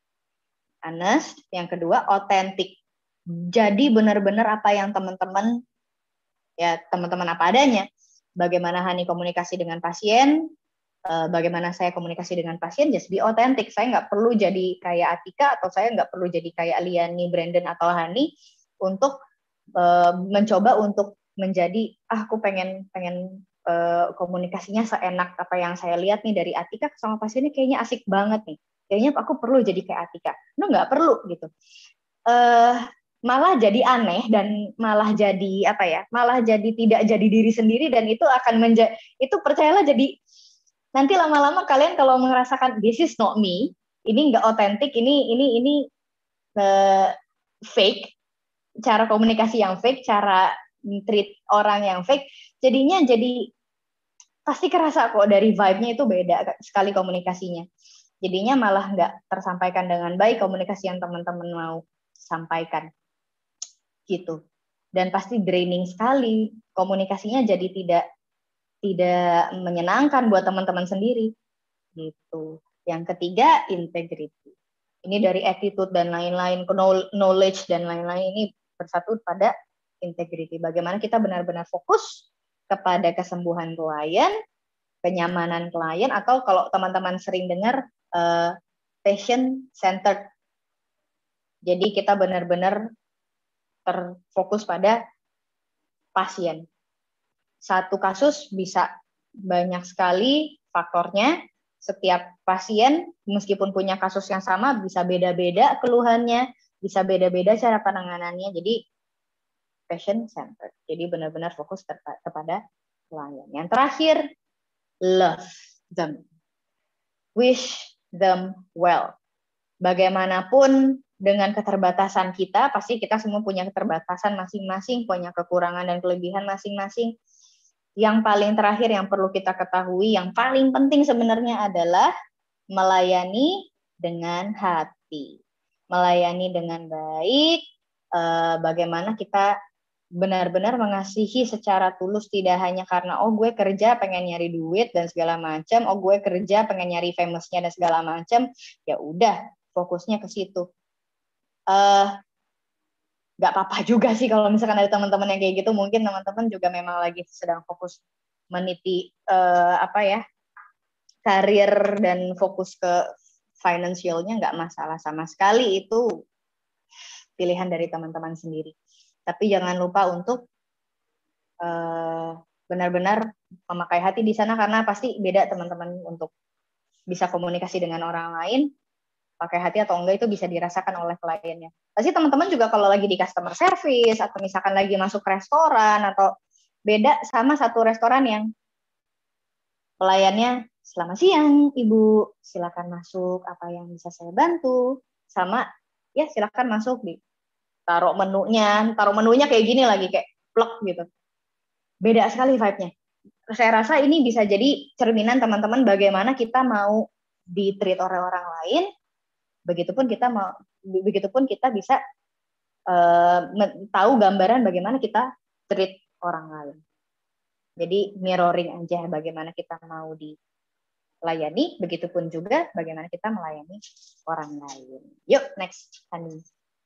Honest. Yang kedua, authentic. Jadi benar-benar apa yang teman-teman ya teman-teman apa adanya. Bagaimana Hani komunikasi dengan pasien, uh, bagaimana saya komunikasi dengan pasien, just be authentic. Saya nggak perlu jadi kayak Atika, atau saya nggak perlu jadi kayak Liani, Brandon, atau Hani untuk uh, mencoba untuk menjadi, ah aku pengen pengen uh, komunikasinya seenak apa yang saya lihat nih dari Atika sama pasiennya kayaknya asik banget nih. Kayaknya aku perlu jadi kayak Atika. No, nggak perlu gitu. Uh, malah jadi aneh dan malah jadi apa ya, malah jadi tidak jadi diri sendiri, dan itu akan menjadi, itu percayalah jadi nanti lama-lama kalian kalau merasakan this is not me, ini nggak otentik, ini ini ini uh, fake, cara komunikasi yang fake, cara treat orang yang fake, jadinya jadi pasti kerasa kok dari vibe-nya itu beda sekali komunikasinya, jadinya malah nggak tersampaikan dengan baik komunikasi yang teman-teman mau sampaikan. Gitu. Dan pasti draining sekali, komunikasinya jadi tidak tidak menyenangkan buat teman-teman sendiri gitu. Yang ketiga, integrity. Ini dari attitude dan lain-lain, knowledge dan lain-lain, ini bersatu pada integrity. Bagaimana kita benar-benar fokus kepada kesembuhan klien, kenyamanan klien, atau kalau teman-teman sering dengar uh, patient centered. Jadi kita benar-benar terfokus pada pasien. Satu kasus bisa banyak sekali faktornya. Setiap pasien meskipun punya kasus yang sama bisa beda-beda keluhannya, bisa beda-beda cara penanganannya. Jadi patient centered. Jadi benar-benar fokus kepada klien. Yang terakhir, love them. Wish them well. Bagaimanapun dengan keterbatasan kita, pasti kita semua punya keterbatasan masing-masing, punya kekurangan dan kelebihan masing-masing. Yang paling terakhir yang perlu kita ketahui, yang paling penting sebenarnya adalah melayani dengan hati. Melayani dengan baik, eh, bagaimana kita benar-benar mengasihi secara tulus, tidak hanya karena, oh gue kerja pengen nyari duit dan segala macam, oh gue kerja pengen nyari famousnya dan segala macam, ya udah fokusnya ke situ. Uh, gak apa-apa juga sih kalau misalkan ada teman-teman yang kayak gitu, mungkin teman-teman juga memang lagi sedang fokus meniti uh, apa ya karir dan fokus ke financialnya, nggak masalah sama sekali, itu pilihan dari teman-teman sendiri. Tapi jangan lupa untuk uh, benar-benar memakai hati di sana, karena pasti beda teman-teman untuk bisa komunikasi dengan orang lain. Pakai hati atau enggak itu bisa dirasakan oleh kliennya. Pasti teman-teman juga kalau lagi di customer service atau misalkan lagi masuk restoran, atau beda sama satu restoran yang pelayannya selamat siang ibu, silakan masuk, apa yang bisa saya bantu, sama ya silakan masuk, di taruh menunya, taruh menunya kayak gini lagi, kayak plek gitu. Beda sekali vibe-nya. Saya rasa ini bisa jadi cerminan teman-teman bagaimana kita mau di-treat oleh orang lain. Begitupun kita mau, begitupun kita bisa uh, tahu gambaran bagaimana kita treat orang lain. Jadi mirroring aja bagaimana kita mau dilayani, begitupun juga bagaimana kita melayani orang lain. Yuk next, Hani.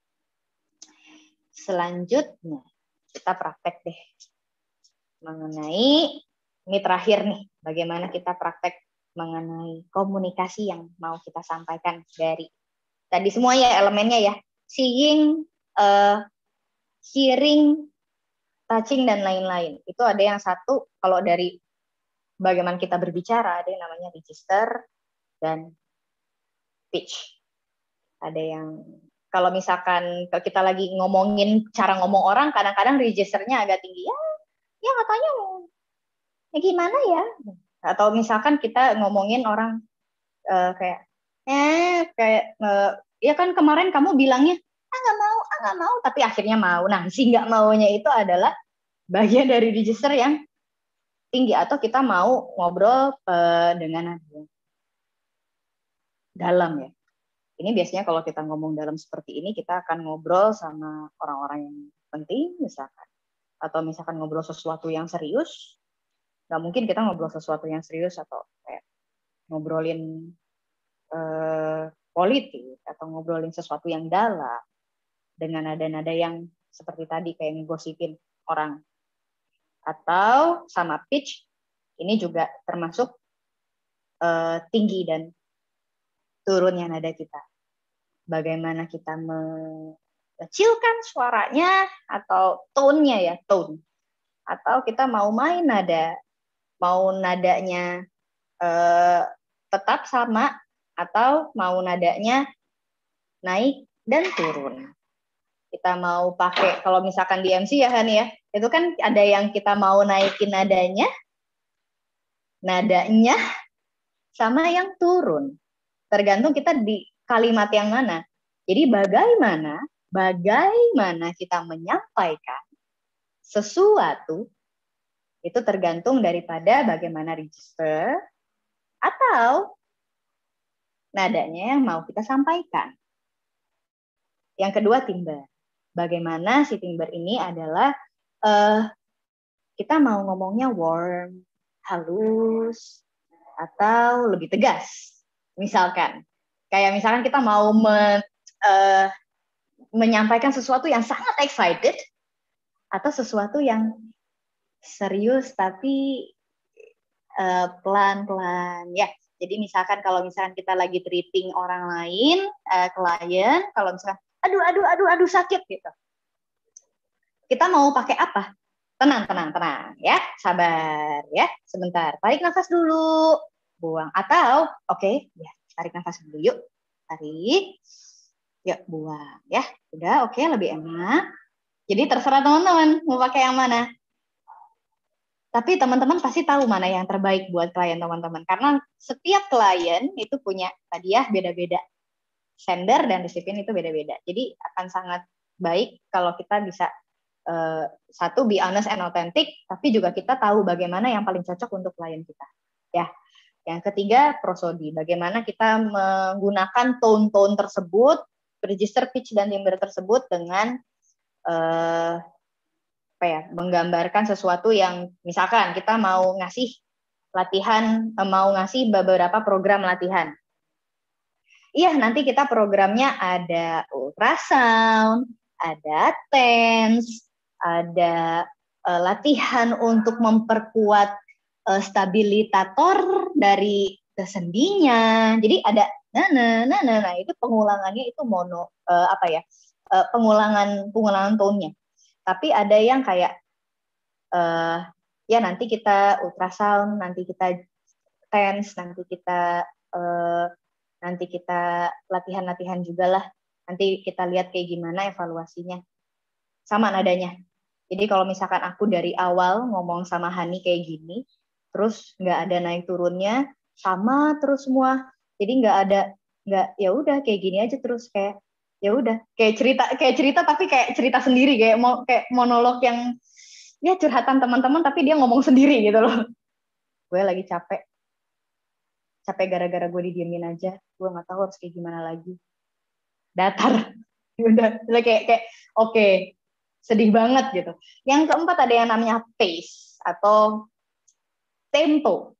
Selanjutnya kita praktek deh mengenai, ini terakhir nih, bagaimana kita praktek mengenai komunikasi yang mau kita sampaikan dari tadi semua ya elemennya ya, seeing, uh, hearing, touching, dan lain-lain. Itu ada yang satu, kalau dari bagaimana kita berbicara, ada yang namanya register dan pitch. Ada yang, kalau misalkan kita lagi ngomongin cara ngomong orang, kadang-kadang registernya agak tinggi. Ya, ya katanya ya gimana ya? Atau misalkan kita ngomongin orang uh, kayak, eh kayak uh, ya kan kemarin kamu bilangnya ah nggak mau, ah nggak mau, tapi akhirnya mau. Nah, si nggak maunya itu adalah bagian dari register yang tinggi, atau kita mau ngobrol uh, dengan nada dalam ya. Ini biasanya kalau kita ngomong dalam seperti ini, kita akan ngobrol sama orang-orang yang penting misalkan, atau misalkan ngobrol sesuatu yang serius. Nggak mungkin kita ngobrol sesuatu yang serius atau kayak ngobrolin uh, politik atau ngobrolin sesuatu yang dalam dengan nada-nada yang seperti tadi kayak ngegosipin orang. Atau sama pitch, ini juga termasuk uh, tinggi dan turunnya nada kita. Bagaimana kita mengecilkan suaranya atau tone-nya ya, tone. Atau kita mau main nada, mau nadanya uh, tetap sama, atau mau nadanya naik dan turun. Kita mau pakai, kalau misalkan di M C ya Han ya, itu kan ada yang kita mau naikin nadanya, nadanya sama yang turun. Tergantung kita di kalimat yang mana. Jadi bagaimana, bagaimana kita menyampaikan sesuatu, itu tergantung daripada bagaimana register atau nadanya yang mau kita sampaikan. Yang kedua, timbre. Bagaimana si timbre ini adalah uh, kita mau ngomongnya warm, halus, atau lebih tegas. Misalkan, kayak misalkan kita mau me, uh, menyampaikan sesuatu yang sangat excited, atau sesuatu yang serius tapi uh, pelan-pelan ya. Jadi misalkan kalau misalkan kita lagi treating orang lain, uh, klien, kalau misalkan aduh aduh aduh aduh sakit gitu. Kita mau pakai apa? Tenang, tenang, tenang ya, sabar ya. Sebentar, tarik nafas dulu, buang. Atau oke, okay, ya, tarik nafas dulu yuk. Tarik. Yuk, buang ya. Udah oke, okay, lebih enak. Jadi terserah teman-teman mau pakai yang mana. Tapi teman-teman pasti tahu mana yang terbaik buat klien teman-teman. Karena setiap klien itu punya tadi ya beda-beda. Sender dan disiplin itu beda-beda. Jadi akan sangat baik kalau kita bisa uh, satu be honest and authentic, tapi juga kita tahu bagaimana yang paling cocok untuk klien kita. Ya. Yang ketiga prosodi. Bagaimana kita menggunakan tone-tone tersebut, register pitch dan timbre tersebut dengan uh, apa ya, menggambarkan sesuatu yang misalkan kita mau ngasih latihan, mau ngasih beberapa program latihan. Iya, nanti kita programnya ada ultrasound, ada tense, ada uh, latihan untuk memperkuat uh, stabilitator dari kesendinya. Jadi ada nah nah nah nah, nah itu pengulangannya itu mono uh, apa ya? Uh, pengulangan pengulangan tone-nya. Tapi ada yang kayak, uh, ya nanti kita ultrasound, nanti kita tense, nanti kita uh, nanti kita latihan-latihan juga lah. Nanti kita lihat kayak gimana evaluasinya. Sama nadanya. Jadi kalau misalkan aku dari awal ngomong sama Hani kayak gini, terus nggak ada naik turunnya, sama terus semua. Jadi nggak ada, nggak ya udah kayak gini aja terus kayak ya udah kayak cerita kayak cerita tapi kayak cerita sendiri kayak mau kayak monolog yang ya curhatan teman-teman tapi dia ngomong sendiri gitu loh. Gue lagi capek capek gara-gara gue didiemin aja, gue nggak tahu harus kayak gimana lagi, datar. Udah udah kayak kayak oke okay. Sedih banget gitu. Yang keempat ada yang namanya pace atau tempo.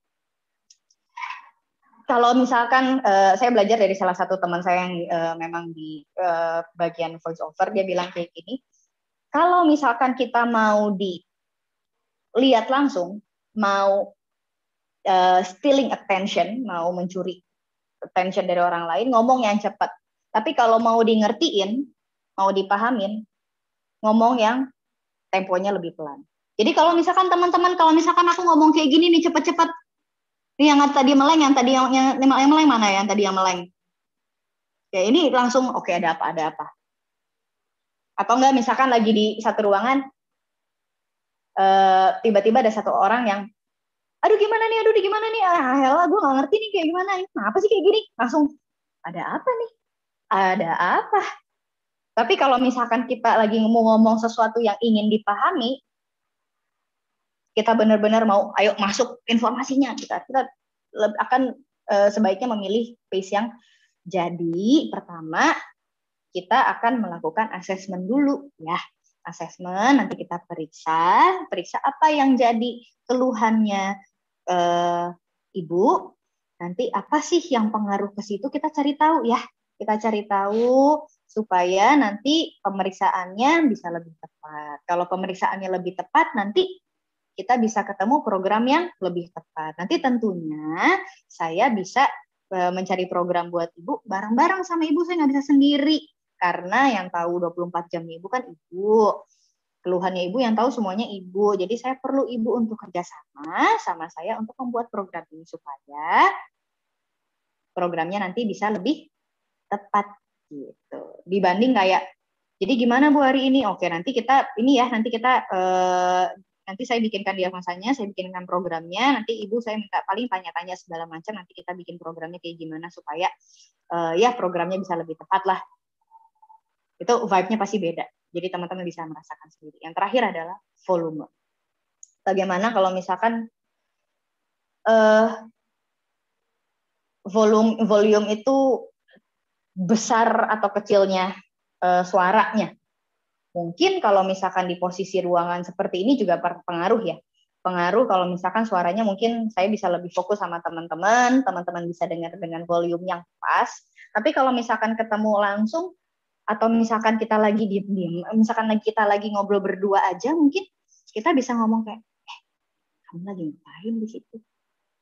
Kalau misalkan uh, saya belajar dari salah satu teman saya yang uh, memang di uh, bagian voice over, dia bilang kayak gini, kalau misalkan kita mau dilihat langsung, mau uh, stealing attention, mau mencuri attention dari orang lain, ngomong yang cepat. Tapi kalau mau di ngertiin, mau dipahamin, ngomong yang temponya lebih pelan. Jadi kalau misalkan teman-teman, kalau misalkan aku ngomong kayak gini nih cepet-cepet, nih yang tadi meleng, yang tadi yang, yang, yang meleng mana ya? Yang tadi yang meleng. Ya ini langsung oke okay, ada apa, ada apa. Atau enggak misalkan lagi di satu ruangan, uh, tiba-tiba ada satu orang yang, aduh gimana nih, aduh gimana nih, ah helah gue gak ngerti nih kayak gimana, kenapa sih kayak gini? Langsung, ada apa nih? Ada apa? Tapi kalau misalkan kita lagi mau ngomong sesuatu yang ingin dipahami, kita benar-benar mau, ayo masuk informasinya, kita kita akan e, sebaiknya memilih pace yang jadi pertama kita akan melakukan assessment dulu ya, assessment nanti kita periksa, periksa apa yang jadi keluhannya e, ibu, nanti apa sih yang pengaruh ke situ kita cari tahu ya, kita cari tahu supaya nanti pemeriksaannya bisa lebih tepat. Kalau pemeriksaannya lebih tepat nanti kita bisa ketemu program yang lebih tepat. Nanti tentunya saya bisa e, mencari program buat ibu bareng-bareng sama ibu, saya nggak bisa sendiri. Karena yang tahu dua puluh empat jam ibu kan ibu. Keluhannya ibu yang tahu semuanya ibu. Jadi saya perlu ibu untuk kerjasama sama saya untuk membuat program ini supaya programnya nanti bisa lebih tepat gitu. Dibanding kayak, jadi gimana Bu hari ini? Oke, nanti kita ini ya, nanti kita eh, nanti saya bikinkan diagnosanya, saya bikinkan programnya, nanti ibu saya minta paling tanya-tanya segala macam, nanti kita bikin programnya kayak gimana supaya uh, ya programnya bisa lebih tepat lah. Itu vibe-nya pasti beda. Jadi teman-teman bisa merasakan sendiri. Yang terakhir adalah volume. Bagaimana kalau misalkan uh, volume volume itu besar atau kecilnya uh, suaranya. Mungkin kalau misalkan di posisi ruangan seperti ini juga berpengaruh ya. Pengaruh kalau misalkan suaranya mungkin saya bisa lebih fokus sama teman-teman, teman-teman bisa dengar dengan volume yang pas. Tapi kalau misalkan ketemu langsung, atau misalkan kita lagi diem-diem, misalkan kita lagi ngobrol berdua aja, mungkin kita bisa ngomong kayak, eh, kamu lagi ngapain di situ?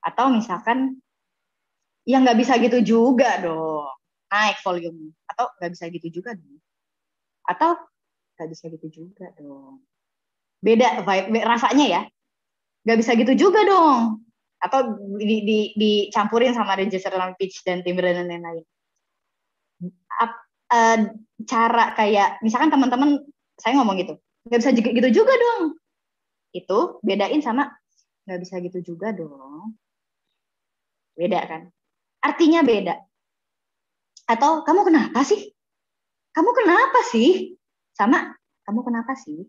Atau misalkan, ya nggak bisa gitu juga dong, naik volume. Atau nggak bisa gitu juga dong. Atau nggak bisa gitu juga dong. Beda vibe, rasanya ya. Nggak bisa gitu juga dong. Atau di, di, dicampurin sama register pitch dan timbre dan lain-lain. Uh, cara kayak, misalkan teman-teman, saya ngomong gitu, nggak bisa gitu juga dong. Itu bedain sama nggak bisa gitu juga dong. Beda kan? Artinya beda. Atau kamu kenapa sih? Kamu kenapa sih? Sama kamu kenapa sih?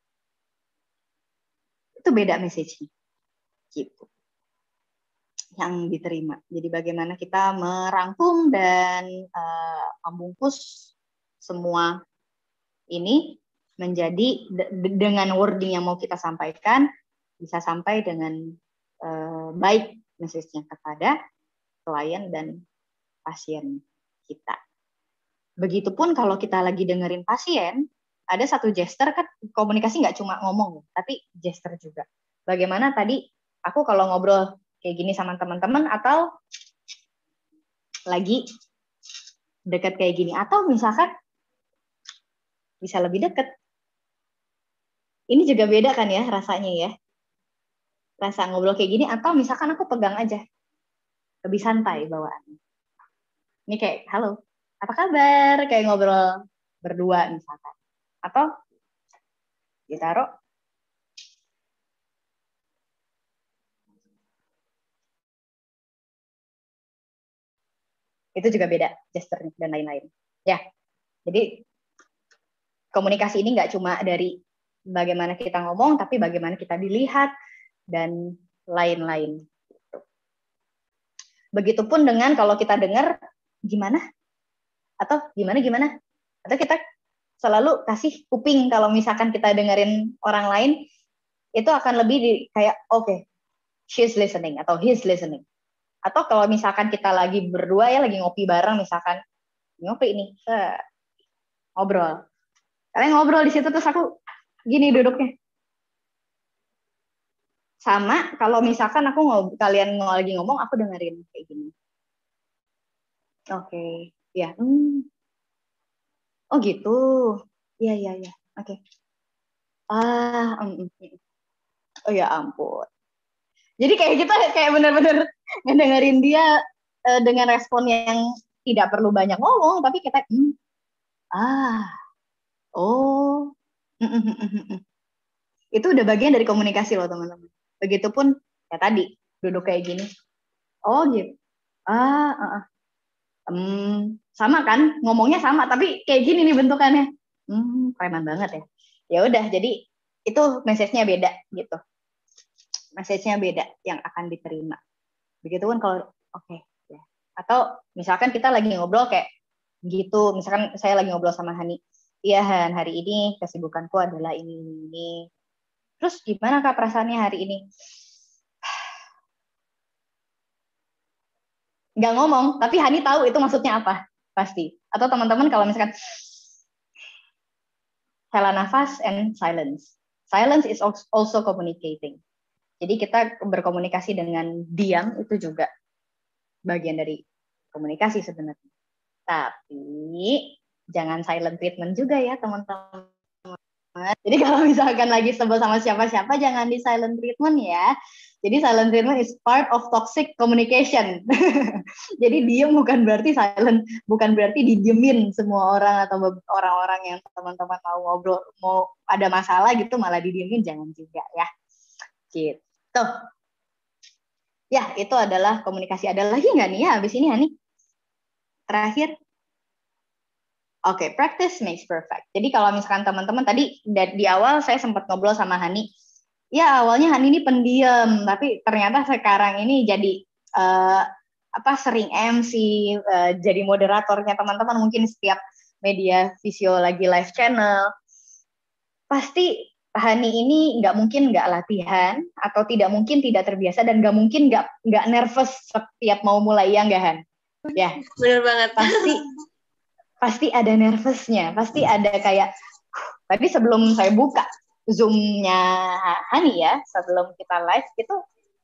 Itu beda message-nya. Gitu. Yang diterima. Jadi bagaimana kita merangkum dan uh, membungkus semua ini menjadi de- dengan wording yang mau kita sampaikan, bisa sampai dengan uh, baik message-nya kepada klien dan pasien kita. Begitupun kalau kita lagi dengerin pasien, ada satu gesture kan, komunikasi nggak cuma ngomong, tapi gesture juga. Bagaimana tadi aku kalau ngobrol kayak gini sama teman-teman, atau lagi dekat kayak gini, atau misalkan bisa lebih dekat. Ini juga beda kan ya rasanya ya. Rasa ngobrol kayak gini, atau misalkan aku pegang aja, lebih santai bawaannya. Ini kayak, halo, apa kabar? Kayak ngobrol berdua misalkan. Atau ditaruh itu juga beda gesture dan lain-lain. Ya, jadi komunikasi ini nggak cuma dari bagaimana kita ngomong, tapi bagaimana kita dilihat dan lain-lain. Begitupun dengan kalau kita dengar gimana, atau gimana gimana, atau kita selalu kasih kuping kalau misalkan kita dengerin orang lain, itu akan lebih di, kayak oke, okay, she's listening atau he's listening. Atau kalau misalkan kita lagi berdua ya, lagi ngopi bareng misalkan, ngopi nih, ngobrol. Kalian ngobrol di situ terus aku gini duduknya. Sama kalau misalkan aku ngob, kalian lagi ngomong, aku dengerin kayak gini. Oke, okay. Ya. Hmm. Oh gitu. Iya iya iya. Oke. Okay. Ah. Mm, mm. Oh ya ampun. Jadi kayak kita kayak benar-benar ngedengerin dia uh, dengan respon yang tidak perlu banyak ngomong, tapi kita hmm, ah, oh, mm, mm, mm, mm. Itu udah bagian dari komunikasi loh teman-teman. Begitupun ya tadi duduk kayak gini, oh gitu, ah, uh, uh. Hmm, sama kan, ngomongnya sama, tapi kayak gini nih bentukannya, hmm, preman banget ya. Ya udah, jadi itu message-nya beda gitu. Message-nya beda yang akan diterima. Begitu kan kalau oke okay, ya. Atau misalkan kita lagi ngobrol kayak gitu, misalkan saya lagi ngobrol sama Hani, iya Han, hari ini kesibukanku adalah ini ini. Terus gimana Kak perasaannya hari ini? Nggak ngomong, tapi Hani tahu itu maksudnya apa pasti. Atau teman-teman kalau misalkan hela nafas and silence. Silence is also communicating. Jadi kita berkomunikasi dengan diam itu juga bagian dari komunikasi sebenarnya. Tapi jangan silent treatment juga ya teman-teman. Jadi kalau misalkan lagi sebel sama siapa-siapa jangan di silent treatment ya. Jadi silent treatment is part of toxic communication. Jadi diem bukan berarti silent, bukan berarti didiemin semua orang atau orang-orang yang teman-teman mau ngobrol, mau ada masalah gitu malah didiemin, jangan juga ya. Gitu. Ya, itu adalah komunikasi. Ada lagi nggak nih ya habis ini Hani? Terakhir. Oke, okay, practice makes perfect. Jadi kalau misalkan teman-teman tadi di awal saya sempat ngobrol sama Hani, ya awalnya Hani ini pendiam, tapi ternyata sekarang ini jadi uh, apa sering M C, uh, jadi moderatornya teman-teman mungkin setiap media visio lagi live channel. Pasti Hani ini nggak mungkin nggak latihan atau tidak mungkin tidak terbiasa dan nggak mungkin nggak nggak nervous setiap mau mulai ya nggak Han? Ya, bener banget. Pasti pasti ada nervousnya, pasti ada kayak tadi sebelum saya buka Zoom-nya Hani ya, sebelum kita live itu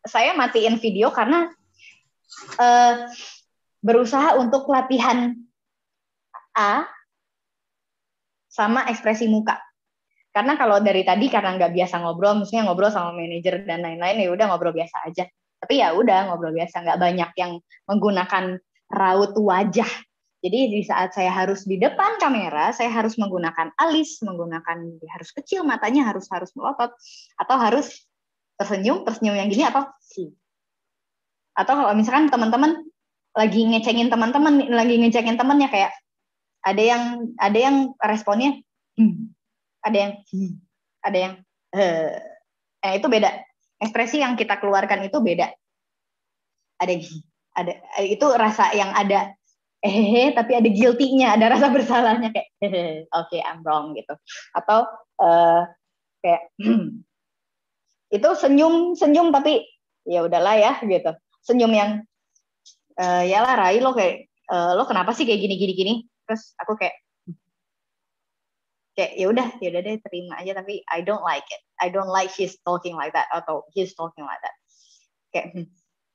saya matiin video karena uh, berusaha untuk latihan A sama ekspresi muka. Karena kalau dari tadi karena nggak biasa ngobrol, maksudnya ngobrol sama manajer dan lain-lain, ya udah ngobrol biasa aja. Tapi ya udah ngobrol biasa, nggak banyak yang menggunakan raut wajah. Jadi di saat saya harus di depan kamera, saya harus menggunakan alis, menggunakan harus kecil matanya, harus harus melotot, atau harus tersenyum, tersenyum yang gini atau si. Atau kalau misalkan teman-teman lagi ngecengin teman-teman, lagi ngecengin temannya kayak ada yang ada yang responnya, hmm, ada yang, hmm, ada yang, eh, eh itu beda. Ekspresi yang kita keluarkan itu beda. Ada ada itu rasa yang ada hehehe tapi ada guilty-nya, ada rasa bersalahnya kayak hehehe, oke okay, I'm wrong gitu. Atau uh, kayak hmm, itu senyum senyum tapi ya udahlah ya gitu. Senyum yang uh, ya lah Rai lo kayak uh, lo kenapa sih kayak gini gini gini. Terus aku kayak kayak ya udah ya udah deh terima aja tapi I don't like it. I don't like she's talking like that atau he's talking like that. Kayak hmm,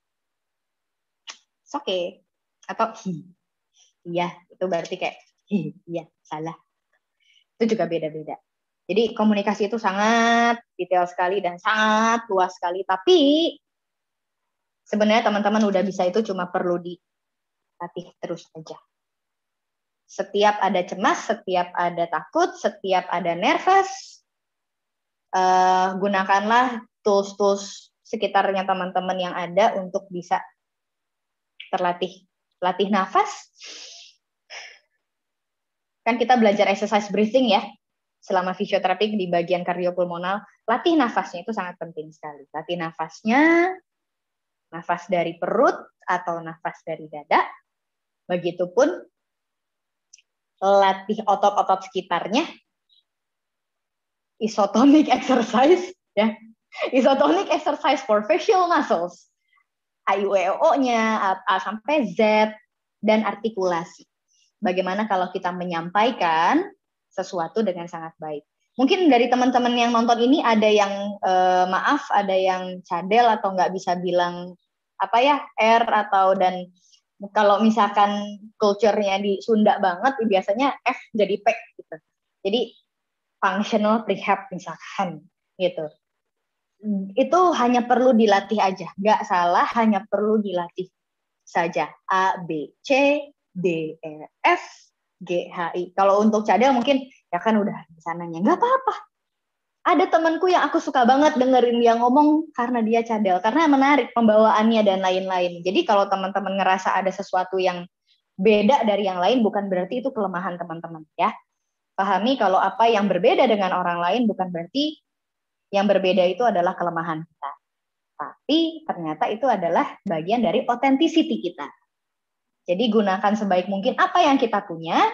it's okay. Atau hmm, iya, itu berarti kayak, iya, salah. Itu juga beda-beda. Jadi komunikasi itu sangat detail sekali dan sangat luas sekali. Tapi sebenarnya teman-teman udah bisa itu cuma perlu dilatih terus aja. Setiap ada cemas, setiap ada takut, setiap ada nervous, uh, gunakanlah tools-tools sekitarnya teman-teman yang ada untuk bisa terlatih. Latih nafas. Kan kita belajar exercise breathing ya, selama fisioterapi di bagian kardiopulmonal, latih nafasnya itu sangat penting sekali. Latih nafasnya, nafas dari perut atau nafas dari dada, begitupun latih otot-otot sekitarnya, isotonic exercise, ya, isotonic exercise for facial muscles, A I U E O-nya, A sampai Z, dan artikulasi. Bagaimana kalau kita menyampaikan sesuatu dengan sangat baik. Mungkin dari teman-teman yang nonton ini ada yang eh, maaf, ada yang cadel atau nggak bisa bilang apa ya R atau dan kalau misalkan culture-nya di Sunda banget, biasanya F jadi P gitu. Jadi functional prehab misalkan gitu. Itu hanya perlu dilatih aja, nggak salah, hanya perlu dilatih saja. A, B, C, D, E, F, G, H, I. Kalau untuk cadel mungkin ya kan udah di sananya. Nggak apa-apa. Ada temanku yang aku suka banget dengerin dia ngomong karena dia cadel. Karena menarik pembawaannya dan lain-lain. Jadi kalau teman-teman ngerasa ada sesuatu yang beda dari yang lain, bukan berarti itu kelemahan teman-teman. Ya. Pahami kalau apa yang berbeda dengan orang lain bukan berarti yang berbeda itu adalah kelemahan kita. Tapi ternyata itu adalah bagian dari authenticity kita. Jadi gunakan sebaik mungkin apa yang kita punya,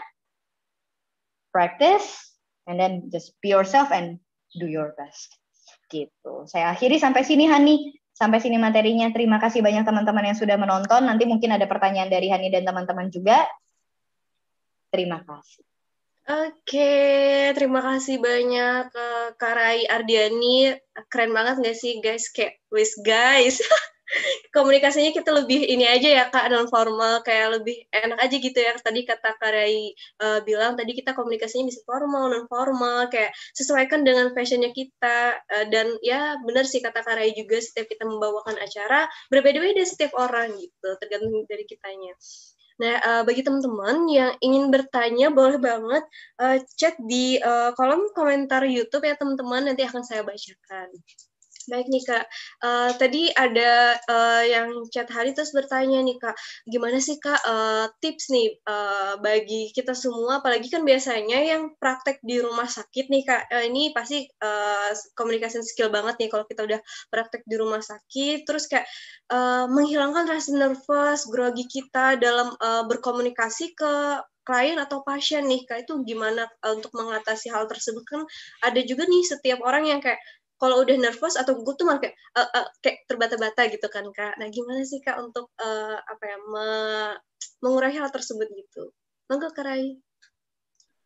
practice, and then just be yourself and do your best. Gitu. Saya akhiri sampai sini, Hani. Sampai sini materinya. Terima kasih banyak teman-teman yang sudah menonton. Nanti mungkin ada pertanyaan dari Hani dan teman-teman juga. Terima kasih. Oke, terima kasih banyak ke Kak Rai Ardiani. Keren banget nggak sih, guys? Kayak, wis guys. Komunikasinya kita lebih ini aja ya Kak, non formal, kayak lebih enak aja gitu ya. Tadi kata Kak Rai uh, bilang tadi kita komunikasinya bisa formal, non formal, kayak sesuaikan dengan fashionnya kita. Uh, dan ya benar sih kata Kak Rai juga, setiap kita membawakan acara berbeda-beda setiap orang gitu, tergantung dari kitanya. Nah, uh, bagi teman-teman yang ingin bertanya, boleh banget uh, chat di uh, kolom komentar YouTube ya teman-teman, nanti akan saya bacakan. Baik nih Kak, uh, tadi ada uh, yang chat Hari terus bertanya nih Kak, gimana sih Kak uh, tips nih uh, bagi kita semua, apalagi kan biasanya yang praktek di rumah sakit nih Kak, uh, ini pasti uh, communication skill banget nih kalau kita udah praktek di rumah sakit, terus kayak uh, menghilangkan rasa nervous, grogi kita dalam uh, berkomunikasi ke klien atau pasien nih Kak, itu gimana uh, untuk mengatasi hal tersebut? Kan ada juga nih setiap orang yang kayak kalau udah nervous atau gugup tuh malah kayak, uh, uh, kayak terbata-bata gitu kan Kak. Nah gimana sih Kak untuk uh, apa ya me mengurai hal tersebut gitu? Monggo Kak Rai.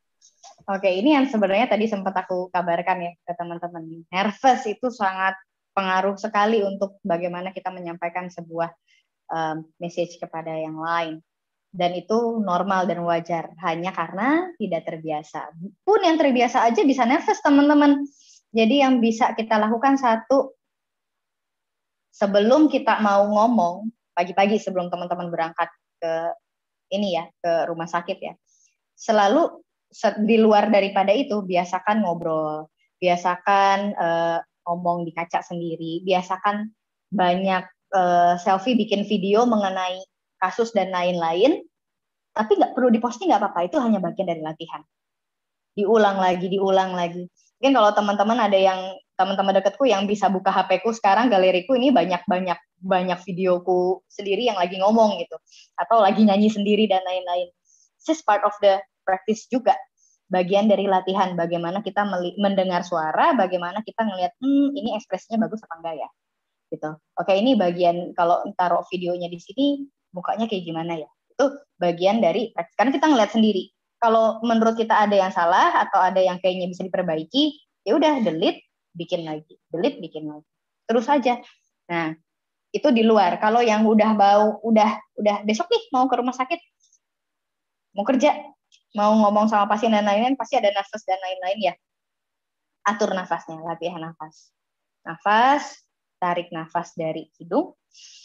Oke, ini yang sebenarnya tadi sempat aku kabarkan ya ke teman-teman. Nervous itu sangat berpengaruh sekali untuk bagaimana kita menyampaikan sebuah um, message kepada yang lain. Dan itu normal dan wajar, hanya karena tidak terbiasa. Pun yang terbiasa aja bisa nervous, teman-teman. Jadi yang bisa kita lakukan satu, sebelum kita mau ngomong, pagi-pagi sebelum teman-teman berangkat ke ini ya, ke rumah sakit ya, selalu di luar daripada itu, biasakan ngobrol, biasakan uh, ngomong di kaca sendiri, biasakan banyak uh, selfie, bikin video mengenai kasus dan lain-lain, tapi nggak perlu diposting, nggak apa-apa, itu hanya bagian dari latihan. Diulang lagi, diulang lagi. Mungkin kalau teman-teman ada yang, teman-teman dekatku yang bisa buka H P ku sekarang, galeriku ini banyak-banyak banyak videoku sendiri yang lagi ngomong gitu, atau lagi nyanyi sendiri dan lain-lain. This is part of the practice juga, bagian dari latihan, bagaimana kita mendengar suara, bagaimana kita ngelihat, hmm, ini ekspresinya bagus apa enggak ya, gitu. Oke, ini bagian kalau taruh videonya di sini, mukanya kayak gimana ya, itu bagian dari practice, karena kita ngelihat sendiri. Kalau menurut kita ada yang salah atau ada yang kayaknya bisa diperbaiki, ya udah delete, bikin lagi, delete, bikin lagi, terus aja. Nah, itu di luar. Kalau yang udah bau, udah udah besok nih mau ke rumah sakit, mau kerja, mau ngomong sama pasien dan lain-lain, pasti ada nafas dan lain-lain ya. Atur nafasnya, latihan nafas. Nafas, tarik nafas dari hidung,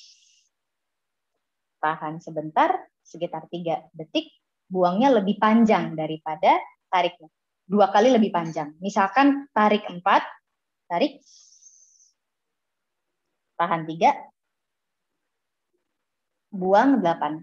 tahan sebentar, sekitar tiga detik, buangnya lebih panjang daripada tariknya. Dua kali lebih panjang. Misalkan tarik empat, tarik, tahan tiga, buang delapan.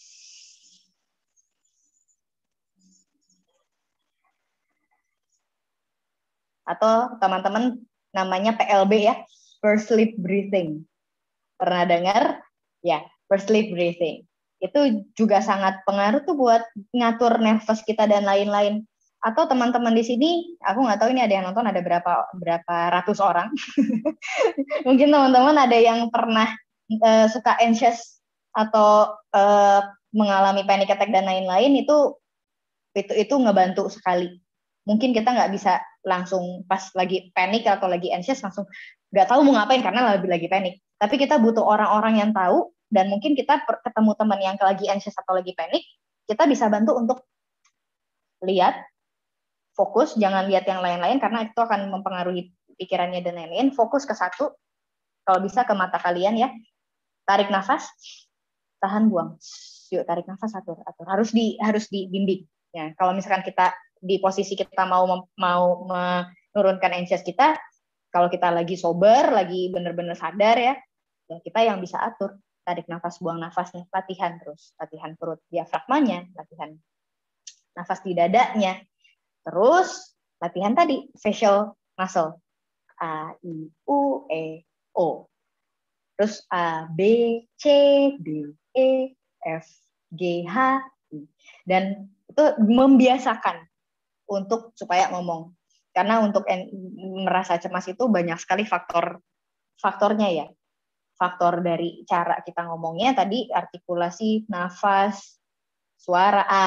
Atau teman-teman namanya P L B ya, first sleep breathing. Pernah dengar? Ya, first sleep breathing. Itu juga sangat pengaruh tuh buat ngatur nervous kita dan lain-lain. Atau teman-teman di sini, aku nggak tahu ini ada yang nonton, ada berapa berapa ratus orang. Mungkin teman-teman ada yang pernah uh, suka anxious atau uh, mengalami panic attack dan lain-lain, itu itu itu ngebantu sekali. Mungkin kita nggak bisa langsung pas lagi panik atau lagi anxious langsung nggak tahu mau ngapain karena lagi lagi panik. Tapi kita butuh orang-orang yang tahu, dan mungkin kita ketemu teman yang lagi anxious atau lagi panik, kita bisa bantu untuk lihat, fokus, jangan lihat yang lain-lain karena itu akan mempengaruhi pikirannya dan lain-lain. Fokus ke satu, kalau bisa ke mata kalian ya. Tarik nafas, tahan, buang. Yuk tarik nafas, atur, atur. Harus di harus dibimbing. Ya, kalau misalkan kita di posisi kita mau mau menurunkan anxious kita, kalau kita lagi sober, lagi benar-benar sadar ya, ya kita yang bisa atur. Tarik nafas, buang nafasnya, latihan terus, latihan perut diafragmanya, latihan nafas di dadanya, terus latihan tadi facial muscle, A, I, U, E, O, terus A, B, C, D, E, F, G, H, I, dan itu membiasakan untuk supaya ngomong, karena untuk merasa cemas itu banyak sekali faktor faktornya ya. Faktor dari cara kita ngomongnya tadi, artikulasi, nafas, suara a,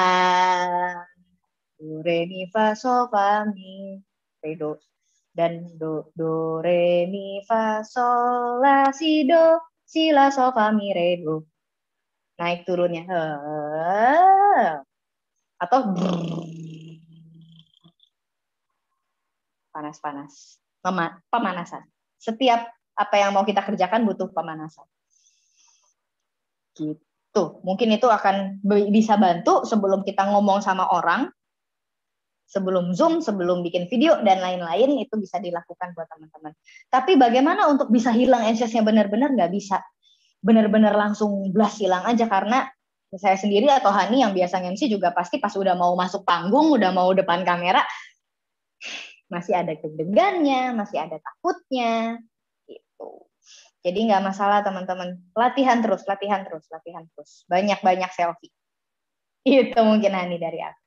do, re, mi, fa, so, fa, mi, re, do, dan do, do, re, mi, fa, sol, la, si, do, si, la, so, fa, mi, re, do. Naik turunnya. Atau panas-panas. Pemanasan. Setiap apa yang mau kita kerjakan butuh pemanasan. Gitu. Mungkin itu akan bisa bantu sebelum kita ngomong sama orang, sebelum Zoom, sebelum bikin video, dan lain-lain, itu bisa dilakukan buat teman-teman. Tapi bagaimana untuk bisa hilang anxious-nya benar-benar? Nggak bisa. Benar-benar langsung blas hilang aja, karena saya sendiri atau Hani yang biasa M C juga pasti pas udah mau masuk panggung, udah mau depan kamera, masih ada deg-degannya, masih ada takutnya. Gitu. Jadi nggak masalah teman-teman, latihan terus, latihan terus, latihan terus, banyak-banyak selfie. Itu mungkin Hani dari aku.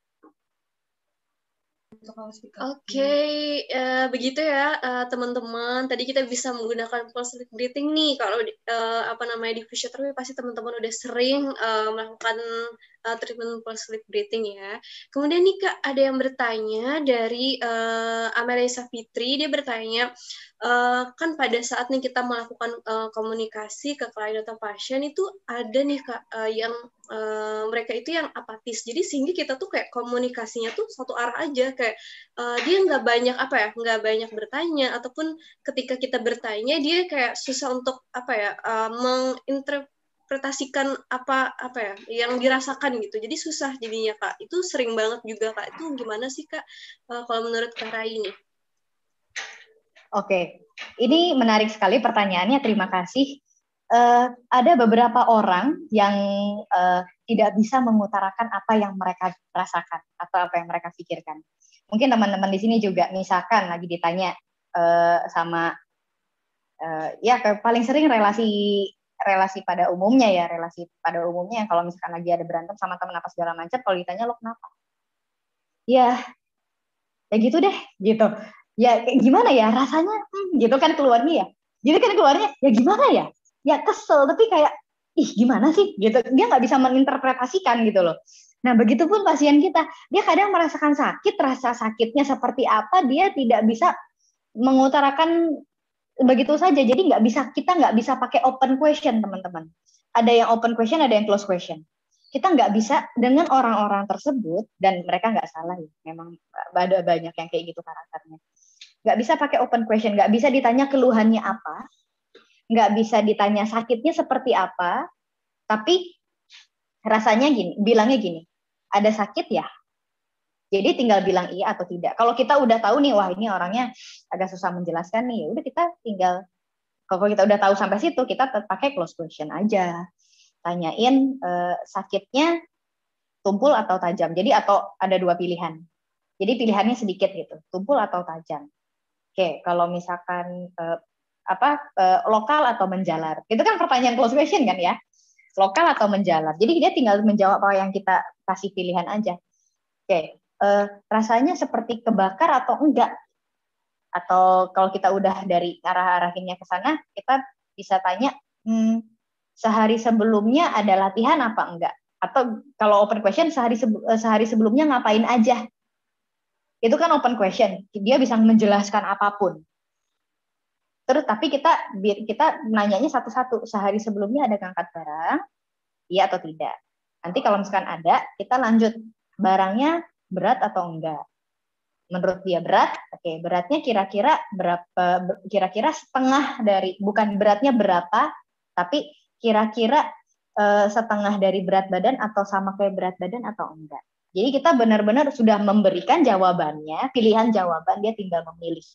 Oke, okay, uh, begitu ya uh, teman-teman. Tadi kita bisa menggunakan pulse breathing nih. Kalau uh, apa namanya di physioterapi pasti teman-teman udah sering uh, melakukan uh, treatment post sleep breathing ya. Kemudian nih Kak, ada yang bertanya dari uh, Amelisa Fitri, dia bertanya, uh, kan pada saat nih kita melakukan uh, komunikasi ke klien atau pasien itu ada nih Kak, uh, yang uh, mereka itu yang apatis, jadi sehingga kita tuh kayak komunikasinya tuh satu arah aja, kayak uh, dia nggak banyak apa ya, nggak banyak bertanya, ataupun ketika kita bertanya dia kayak susah untuk apa ya, uh, menginterpretasikan apa apa ya yang dirasakan gitu, jadi susah jadinya Kak. Itu sering banget juga Kak. Itu gimana sih Kak, uh, kalau menurut Kak Rai ini? Oke, ini menarik sekali pertanyaannya. Terima kasih. Uh, ada beberapa orang yang uh, tidak bisa mengutarakan apa yang mereka rasakan atau apa yang mereka pikirkan. Mungkin teman-teman di sini juga, misalkan lagi ditanya uh, sama uh, ya paling sering relasi relasi pada umumnya ya, relasi pada umumnya yang kalau misalkan lagi ada berantem sama teman apa segala macam, kalau ditanya lo kenapa? Ya, ya gitu deh, gitu. Ya kayak gimana ya rasanya, hmm, gitu kan keluarnya ya. Jadi kan keluarnya ya gimana ya? Ya kesel, tapi kayak ih gimana sih, gitu. Dia nggak bisa menginterpretasikan gitu loh. Nah begitupun pasien kita, dia kadang merasakan sakit, rasa sakitnya seperti apa, dia tidak bisa mengutarakan begitu saja. Jadi nggak bisa, kita nggak bisa pakai open question teman-teman. Ada yang open question, ada yang close question. Kita nggak bisa dengan orang-orang tersebut, dan mereka nggak salah ya, memang ada banyak yang kayak gitu karakternya. Nggak bisa pakai open question, nggak bisa ditanya keluhannya apa, nggak bisa ditanya sakitnya seperti apa, tapi rasanya gini, bilangnya gini, ada sakit ya, jadi tinggal bilang iya atau tidak. Kalau kita udah tahu nih, wah ini orangnya agak susah menjelaskan nih, ya udah kita tinggal, kalau kita udah tahu sampai situ, kita pakai close question aja. Tanyain eh, sakitnya tumpul atau tajam. Jadi atau ada dua pilihan. Jadi pilihannya sedikit gitu, tumpul atau tajam. Oke, kalau misalkan eh, apa eh, lokal atau menjalar, itu kan pertanyaan close question kan ya, lokal atau menjalar. Jadi dia tinggal menjawab apa yang kita kasih pilihan aja. Oke, eh, rasanya seperti kebakar atau enggak? Atau kalau kita udah dari arah-arahinnya ke sana, kita bisa tanya, hmm, sehari sebelumnya ada latihan apa enggak? Atau kalau open question, sehari sehari sebelumnya ngapain aja? Itu kan open question, dia bisa menjelaskan apapun. Terus tapi kita kita nanyanya satu-satu, sehari sebelumnya ada ngangkat barang, iya atau tidak? Nanti kalau misalkan ada, kita lanjut, barangnya berat atau enggak? Menurut dia berat, oke, beratnya kira-kira berapa? Kira-kira setengah dari, bukan beratnya berapa, tapi kira-kira uh, setengah dari berat badan atau sama kayak berat badan atau enggak. Jadi kita benar-benar sudah memberikan jawabannya, pilihan jawaban, dia tinggal memilih.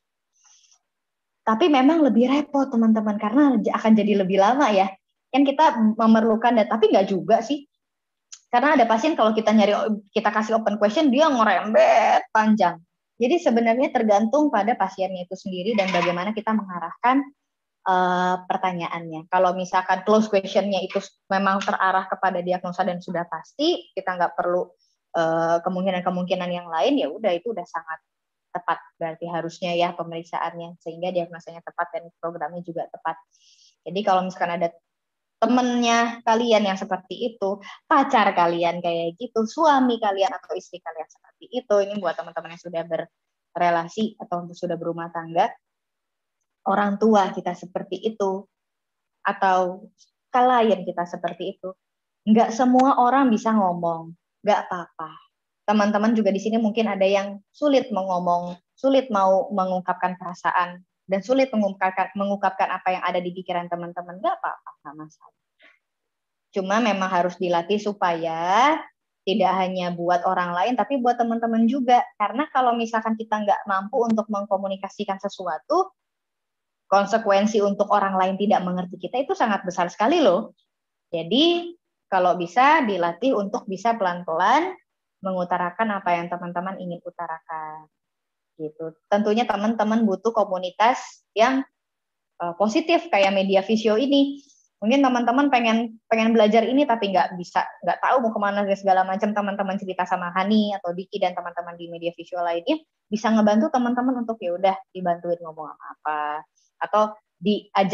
Tapi memang lebih repot teman-teman, karena akan jadi lebih lama ya. Kan kita memerlukan data, tapi nggak juga sih. Karena ada pasien kalau kita nyari, kita kasih open question, dia ngerembet panjang. Jadi sebenarnya tergantung pada pasiennya itu sendiri dan bagaimana kita mengarahkan uh, pertanyaannya. Kalau misalkan close question-nya itu memang terarah kepada diagnosa dan sudah pasti, kita nggak perlu uh, kemungkinan-kemungkinan yang lain, ya udah itu udah sangat tepat. Berarti harusnya ya pemeriksaannya, sehingga diagnosanya tepat dan programnya juga tepat. Jadi kalau misalkan ada temennya kalian yang seperti itu, pacar kalian kayak gitu, suami kalian atau istri kalian seperti itu, ini buat teman-teman yang sudah berrelasi atau sudah berumah tangga, orang tua kita seperti itu, atau klien kita seperti itu, nggak semua orang bisa ngomong, nggak apa-apa. Teman-teman juga di sini mungkin ada yang sulit mau ngomong, sulit mau mengungkapkan perasaan, dan sulit mengungkapkan, mengungkapkan apa yang ada di pikiran teman-teman, nggak apa-apa, nggak masalah. Cuma memang harus dilatih supaya tidak hanya buat orang lain, tapi buat teman-teman juga. Karena kalau misalkan kita nggak mampu untuk mengkomunikasikan sesuatu, konsekuensi untuk orang lain tidak mengerti kita itu sangat besar sekali loh. Jadi kalau bisa dilatih untuk bisa pelan-pelan mengutarakan apa yang teman-teman ingin utarakan. Gitu. Tentunya teman-teman butuh komunitas yang uh, positif kayak Media Visio ini. Mungkin teman-teman pengen pengen belajar ini tapi nggak bisa, nggak tahu mau kemana segala macam. Teman-teman cerita sama Hani atau Diki dan teman-teman di Media Visio lainnya bisa ngebantu teman-teman untuk ya udah dibantuin ngomong apa-apa atau diajak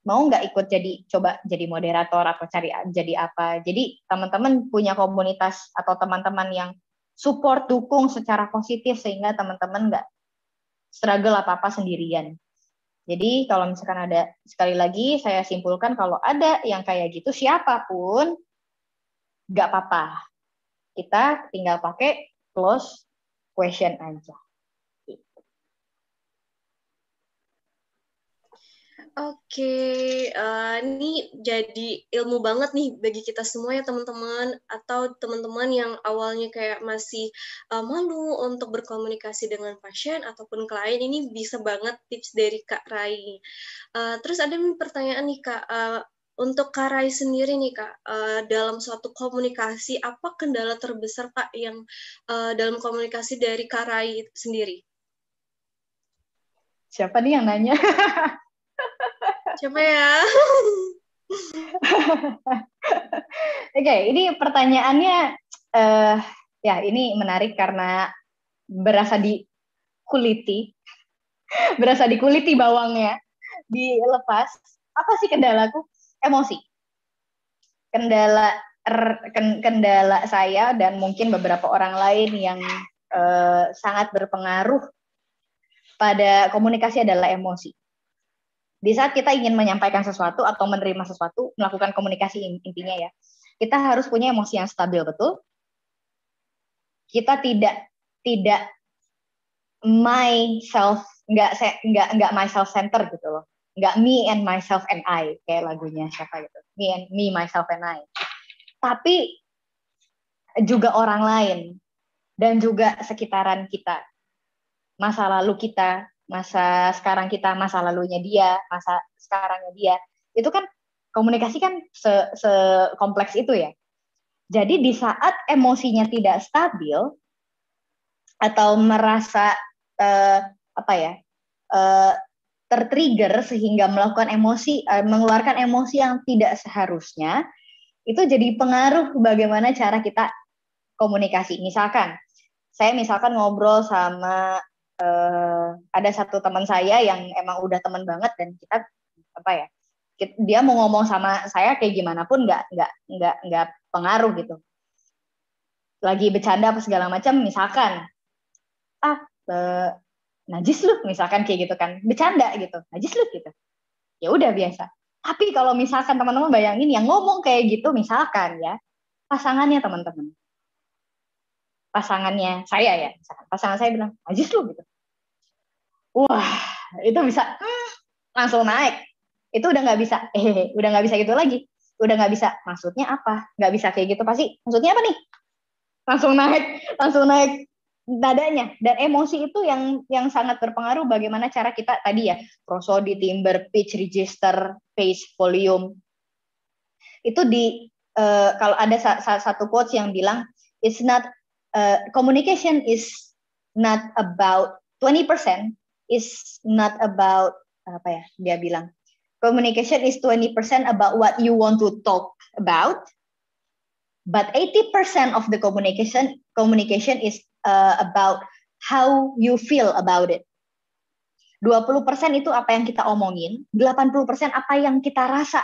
mau nggak ikut jadi coba jadi moderator atau cari jadi apa. Jadi teman-teman punya komunitas atau teman-teman yang support, dukung secara positif sehingga teman-teman nggak struggle apa-apa sendirian. Jadi kalau misalkan ada, sekali lagi saya simpulkan kalau ada yang kayak gitu siapapun nggak apa-apa. Kita tinggal pakai close question aja. Oke, uh, ini jadi ilmu banget nih bagi kita semua ya teman-teman, atau teman-teman yang awalnya kayak masih uh, malu untuk berkomunikasi dengan pasien ataupun klien, ini bisa banget tips dari Kak Rai. Uh, terus ada nih pertanyaan nih Kak, uh, untuk Kak Rai sendiri nih Kak, uh, dalam suatu komunikasi, apa kendala terbesar Kak yang uh, dalam komunikasi dari Kak Rai sendiri? Siapa nih yang nanya? Siapa ya? Oke, okay, ini pertanyaannya uh, ya ini menarik karena berasa di kuliti, berasa di kuliti bawangnya, dilepas. Apa sih kendalaku? Emosi. Kendala kendala saya dan mungkin beberapa orang lain yang uh, sangat berpengaruh pada komunikasi adalah emosi. Di saat kita ingin menyampaikan sesuatu atau menerima sesuatu, melakukan komunikasi intinya ya, kita harus punya emosi yang stabil, betul? Kita tidak tidak myself, nggak nggak nggak myself center gitu loh, nggak me and myself and I kayak lagunya siapa gitu, me and me myself and I. Tapi juga orang lain dan juga sekitaran kita, masa lalu kita, masa sekarang kita, masa lalunya dia, masa sekarangnya dia. Itu kan komunikasi kan sekompleks itu ya. Jadi di saat emosinya tidak stabil atau merasa uh, apa ya uh, tertrigger sehingga melakukan emosi, uh, mengeluarkan emosi yang tidak seharusnya, itu jadi pengaruh bagaimana cara kita komunikasi. Misalkan saya misalkan ngobrol sama Uh, ada satu teman saya yang emang udah teman banget dan kita apa ya kita, dia mau ngomong sama saya kayak gimana pun nggak nggak nggak nggak pengaruh gitu. Lagi bercanda apa segala macam misalkan ah uh, najis lu misalkan kayak gitu kan, bercanda gitu, najis lu gitu. Ya udah biasa. Tapi kalau misalkan teman-teman bayangin yang ngomong kayak gitu misalkan ya pasangannya teman-teman, pasangannya saya ya, misalkan pasangan saya bilang najis lu gitu. Wah, itu bisa hmm, langsung naik. Itu udah nggak bisa, eh, udah nggak bisa gitu lagi. Udah nggak bisa, maksudnya apa? Nggak bisa kayak gitu pasti. Maksudnya apa nih? Langsung naik, langsung naik nadanya. Dan emosi itu yang yang sangat berpengaruh bagaimana cara kita tadi ya, prosody, timbre, pitch, register, pace, volume. Itu di uh, kalau ada sa sa satu quotes yang bilang, it's not uh, communication is not about twenty percent. Is not about apa ya dia bilang communication is twenty percent about what you want to talk about, but eighty percent of the communication communication is uh, about how you feel about it. dua puluh persen itu apa yang kita omongin, delapan puluh persen apa yang kita rasa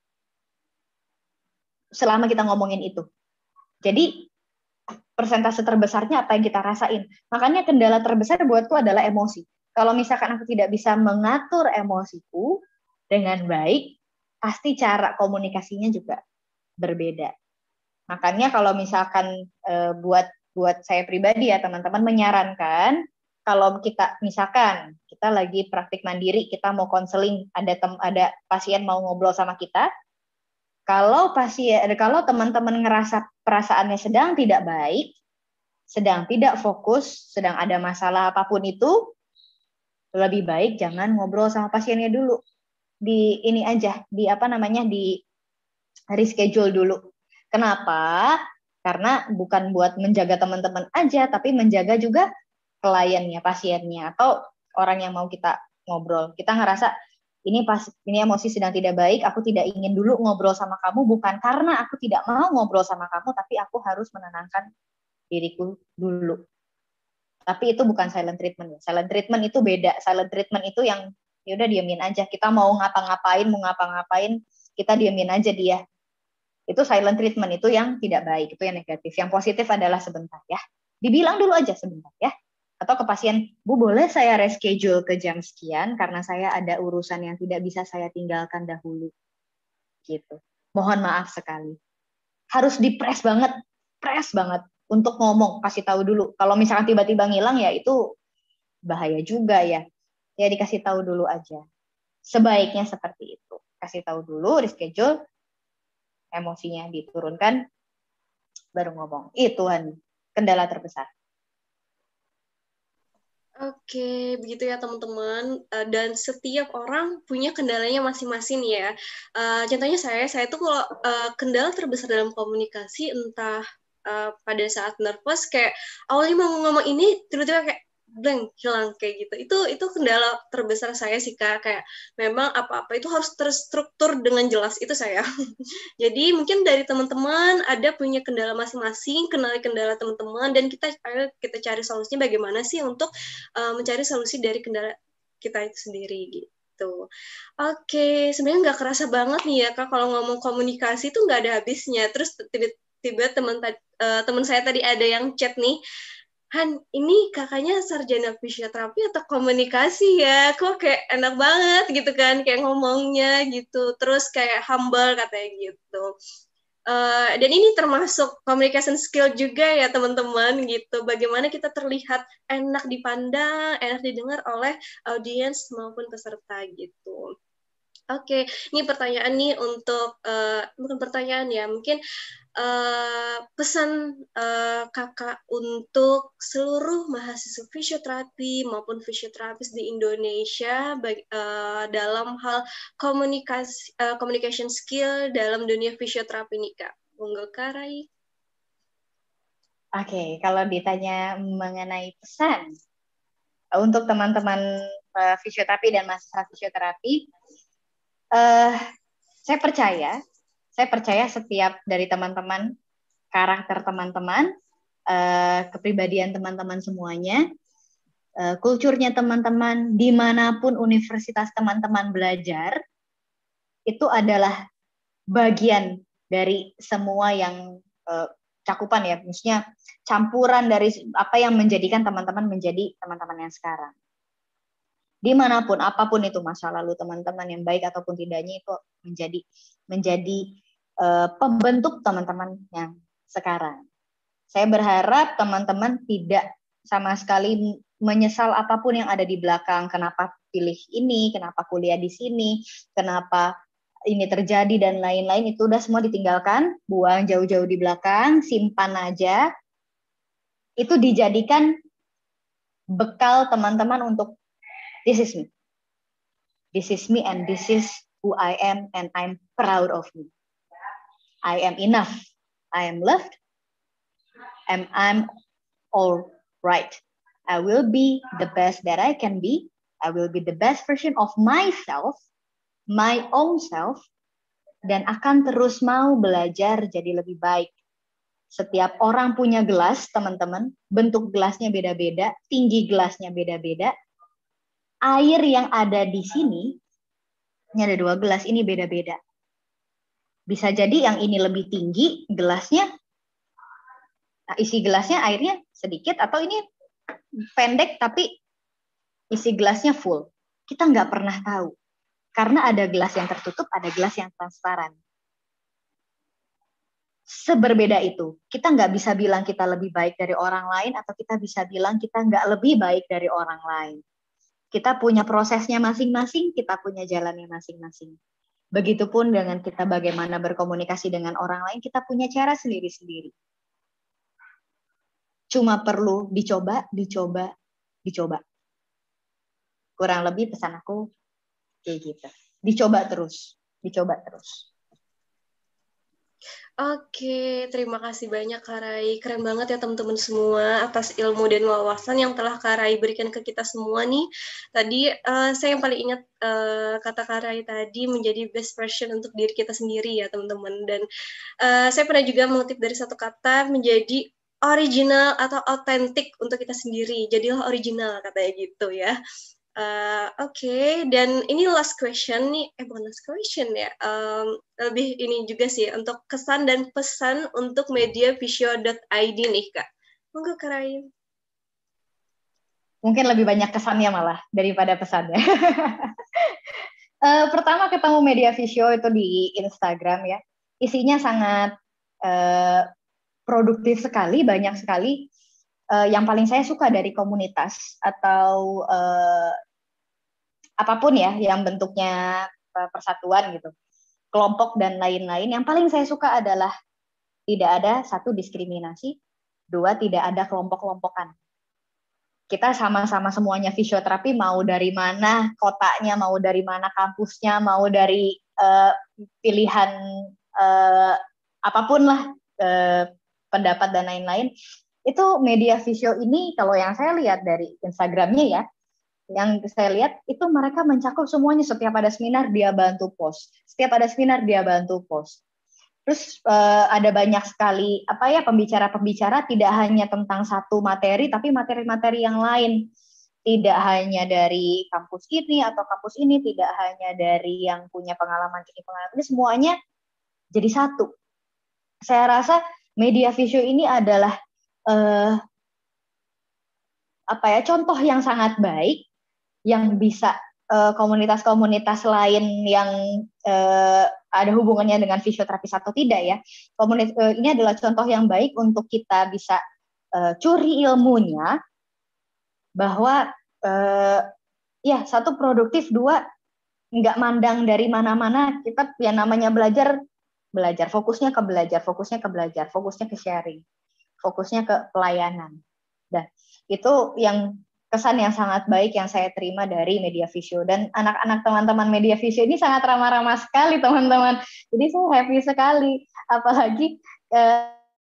selama kita ngomongin itu. Jadi persentase terbesarnya apa yang kita rasain. Makanya kendala terbesar buatku adalah emosi. Kalau misalkan aku tidak bisa mengatur emosiku dengan baik, pasti cara komunikasinya juga berbeda. Makanya kalau misalkan e, buat buat saya pribadi ya teman-teman menyarankan kalau kita misalkan kita lagi praktik mandiri, kita mau konseling, ada tem, ada pasien mau ngobrol sama kita, kalau pasien kalau teman-teman ngerasa perasaannya sedang tidak baik, sedang tidak fokus, sedang ada masalah apapun itu, lebih baik jangan ngobrol sama pasiennya dulu. Di ini aja, di apa namanya, di reschedule dulu. Kenapa? Karena bukan buat menjaga teman-teman aja, tapi menjaga juga kliennya, pasiennya, atau orang yang mau kita ngobrol. Kita ngerasa, ini pas ini emosi sedang tidak baik, aku tidak ingin dulu ngobrol sama kamu, bukan karena aku tidak mau ngobrol sama kamu, tapi aku harus menenangkan diriku dulu. Tapi itu bukan silent treatment. Silent treatment itu beda. Silent treatment itu yang ya udah diamin aja. Kita mau ngapa-ngapain, mau ngapa-ngapain, kita diamin aja dia. Itu silent treatment, itu yang tidak baik, itu yang negatif. Yang positif adalah sebentar ya. Dibilang dulu aja sebentar ya. Atau ke pasien, Bu boleh saya reschedule ke jam sekian karena saya ada urusan yang tidak bisa saya tinggalkan dahulu. Gitu. Mohon maaf sekali. Harus dipres banget, press banget untuk ngomong, kasih tahu dulu. Kalau misalkan tiba-tiba ngilang ya itu bahaya juga ya. Ya dikasih tahu dulu aja. Sebaiknya seperti itu. Kasih tahu dulu, reschedule, emosinya diturunkan, baru ngomong. Itu kan kendala terbesar. Oke, begitu ya teman-teman. Uh, dan setiap orang punya kendalanya masing-masing ya. Uh, contohnya saya, saya tuh kalau uh, kendala terbesar dalam komunikasi, entah uh, pada saat nervous, kayak awalnya mau ngomong ini, tiba-tiba kayak blank, hilang kayak gitu. Itu itu kendala terbesar saya sih Kak. Kayak memang apa-apa itu harus terstruktur dengan jelas, itu saya. Jadi mungkin dari teman-teman ada punya kendala masing-masing, kenali kendala teman-teman, dan kita kita cari solusinya bagaimana sih untuk uh, mencari solusi dari kendala kita itu sendiri gitu. Oke, sebenarnya nggak kerasa banget nih ya Kak, kalau ngomong komunikasi itu nggak ada habisnya. Terus tiba-tiba teman uh, teman saya tadi ada yang chat nih, Han, ini kakaknya sarjana fisioterapi atau komunikasi ya? Kok kayak enak banget gitu kan, kayak ngomongnya gitu. Terus kayak humble katanya gitu. Uh, dan ini termasuk communication skill juga ya teman-teman gitu. Bagaimana kita terlihat enak dipandang, enak didengar oleh audiens maupun peserta gitu. Oke, ini pertanyaan nih untuk, uh, bukan pertanyaan ya, mungkin uh, pesan uh, kakak untuk seluruh mahasiswa fisioterapi maupun fisioterapis di Indonesia bagi, uh, dalam hal komunikasi, uh, communication skill dalam dunia fisioterapi nih Kak. Monggo Kak Rai. Oke, okay, kalau ditanya mengenai pesan untuk teman-teman uh, fisioterapi dan mahasiswa fisioterapi, Uh, saya percaya, saya percaya setiap dari teman-teman, karakter teman-teman, uh, kepribadian teman-teman semuanya, uh, kulturnya teman-teman, dimanapun universitas teman-teman belajar, itu adalah bagian dari semua yang uh, cakupan ya, maksudnya campuran dari apa yang menjadikan teman-teman menjadi teman-teman yang sekarang. Dimanapun, apapun itu masa lalu teman-teman yang baik ataupun tidaknya itu menjadi menjadi uh, pembentuk teman-teman yang sekarang. Saya berharap teman-teman tidak sama sekali menyesal apapun yang ada di belakang. Kenapa pilih ini, kenapa kuliah di sini, kenapa ini terjadi dan lain-lain, itu udah semua ditinggalkan, buang jauh-jauh di belakang, simpan aja. Itu dijadikan bekal teman-teman untuk this is me. This is me and this is who I am and I'm proud of me. I am enough. I am loved. And I'm all right. I will be the best that I can be. I will be the best version of myself, my own self, dan akan terus mau belajar jadi lebih baik. Setiap orang punya gelas, teman-teman. Bentuk gelasnya beda-beda, tinggi gelasnya beda-beda. Air yang ada di sini, ini ada dua gelas, ini beda-beda. Bisa jadi yang ini lebih tinggi gelasnya, nah, isi gelasnya airnya sedikit, atau ini pendek tapi isi gelasnya full. Kita nggak pernah tahu. Karena ada gelas yang tertutup, ada gelas yang transparan. Seberbeda itu. Kita nggak bisa bilang kita lebih baik dari orang lain, atau kita bisa bilang kita nggak lebih baik dari orang lain. Kita punya prosesnya masing-masing, kita punya jalannya masing-masing. Begitupun dengan kita bagaimana berkomunikasi dengan orang lain, kita punya cara sendiri-sendiri. Cuma perlu dicoba, dicoba, dicoba. Kurang lebih pesan aku kayak gitu. Dicoba terus, dicoba terus. Oke, terima kasih banyak Kak Rai. Keren banget ya teman-teman semua atas ilmu dan wawasan yang telah Kak Rai berikan ke kita semua nih. Tadi uh, saya yang paling ingat uh, kata Kak Rai tadi, menjadi best version untuk diri kita sendiri ya teman-teman. Dan uh, saya pernah juga mengutip dari satu kata, menjadi original atau autentik untuk kita sendiri. Jadilah original katanya gitu ya. Uh, Oke, okay. Dan ini last question nih, eh bukan last question ya, um, lebih ini juga sih, untuk kesan dan pesan untuk mediavisio dot i d nih Kak. Monggo Kak Rayu. Mungkin lebih banyak kesannya malah daripada pesannya. uh, pertama ketemu mediavisio itu di Instagram ya, isinya sangat uh, produktif sekali, banyak sekali. Uh, yang paling saya suka dari komunitas atau uh, apapun ya yang bentuknya uh, persatuan gitu, kelompok dan lain-lain, yang paling saya suka adalah tidak ada satu diskriminasi, dua tidak ada kelompok-kelompokan. Kita sama-sama semuanya fisioterapi, mau dari mana kotanya, mau dari mana kampusnya, mau dari uh, pilihan uh, apapun lah, uh, pendapat dan lain-lain. Itu mediavisio ini, kalau yang saya lihat dari Instagramnya ya, yang saya lihat itu mereka mencakup semuanya. Setiap ada seminar dia bantu post, setiap ada seminar dia bantu post. Terus uh, ada banyak sekali apa ya pembicara-pembicara, tidak hanya tentang satu materi, tapi materi-materi yang lain. Tidak hanya dari kampus ini atau kampus ini, tidak hanya dari yang punya pengalaman ini, pengalaman ini, semuanya jadi satu. Saya rasa mediavisio ini adalah uh, apa ya contoh yang sangat baik yang bisa uh, komunitas-komunitas lain yang uh, ada hubungannya dengan fisioterapis atau tidak ya. Komunitas uh, ini adalah contoh yang baik untuk kita bisa uh, curi ilmunya, bahwa uh, ya satu produktif, dua nggak mandang dari mana-mana. Kita yang namanya belajar belajar fokusnya ke belajar, fokusnya ke belajar, fokusnya ke sharing, fokusnya ke pelayanan. Dan itu yang kesan yang sangat baik yang saya terima dari mediavisio. Dan anak-anak teman-teman mediavisio ini sangat ramah-ramah sekali teman-teman. Jadi saya happy sekali. Apalagi eh,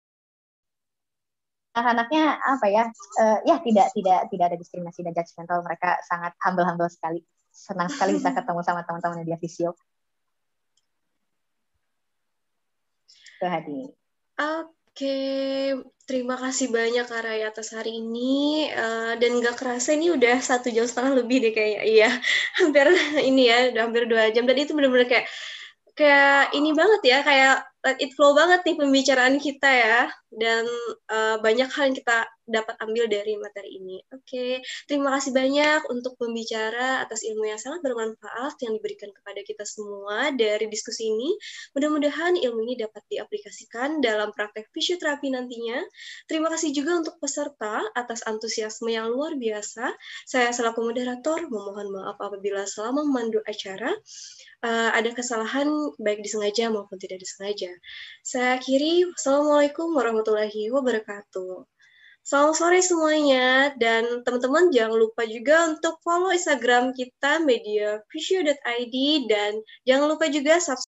anak-anaknya apa ya, eh, ya tidak tidak tidak ada diskriminasi dan judgmental. Mereka sangat humble-humble sekali. Senang sekali bisa ketemu sama teman-teman mediavisio. Itu Hadi. Oke, terima kasih banyak Kak Raya atas hari ini. Uh, dan nggak kerasa ini udah satu jam setengah lebih deh kayaknya. Iya, hampir ini ya, udah hampir dua jam. Dan itu benar-benar kayak kayak ini banget ya, kayak let it flow banget nih pembicaraan kita ya. Dan uh, banyak hal yang kita dapat ambil dari materi ini. Oke, terima kasih banyak untuk pembicara atas ilmu yang sangat bermanfaat yang diberikan kepada kita semua dari diskusi ini. Mudah-mudahan ilmu ini dapat diaplikasikan dalam praktek fisioterapi nantinya. Terima kasih juga untuk peserta atas antusiasme yang luar biasa. Saya selaku moderator memohon maaf apabila selama memandu acara uh, ada kesalahan baik disengaja maupun tidak disengaja. Saya akhiri. Assalamualaikum warahmatullahi wabarakatuh. Selamat sore semuanya, dan teman-teman jangan lupa juga untuk follow Instagram kita mediavisio dot i d, dan jangan lupa juga subscribe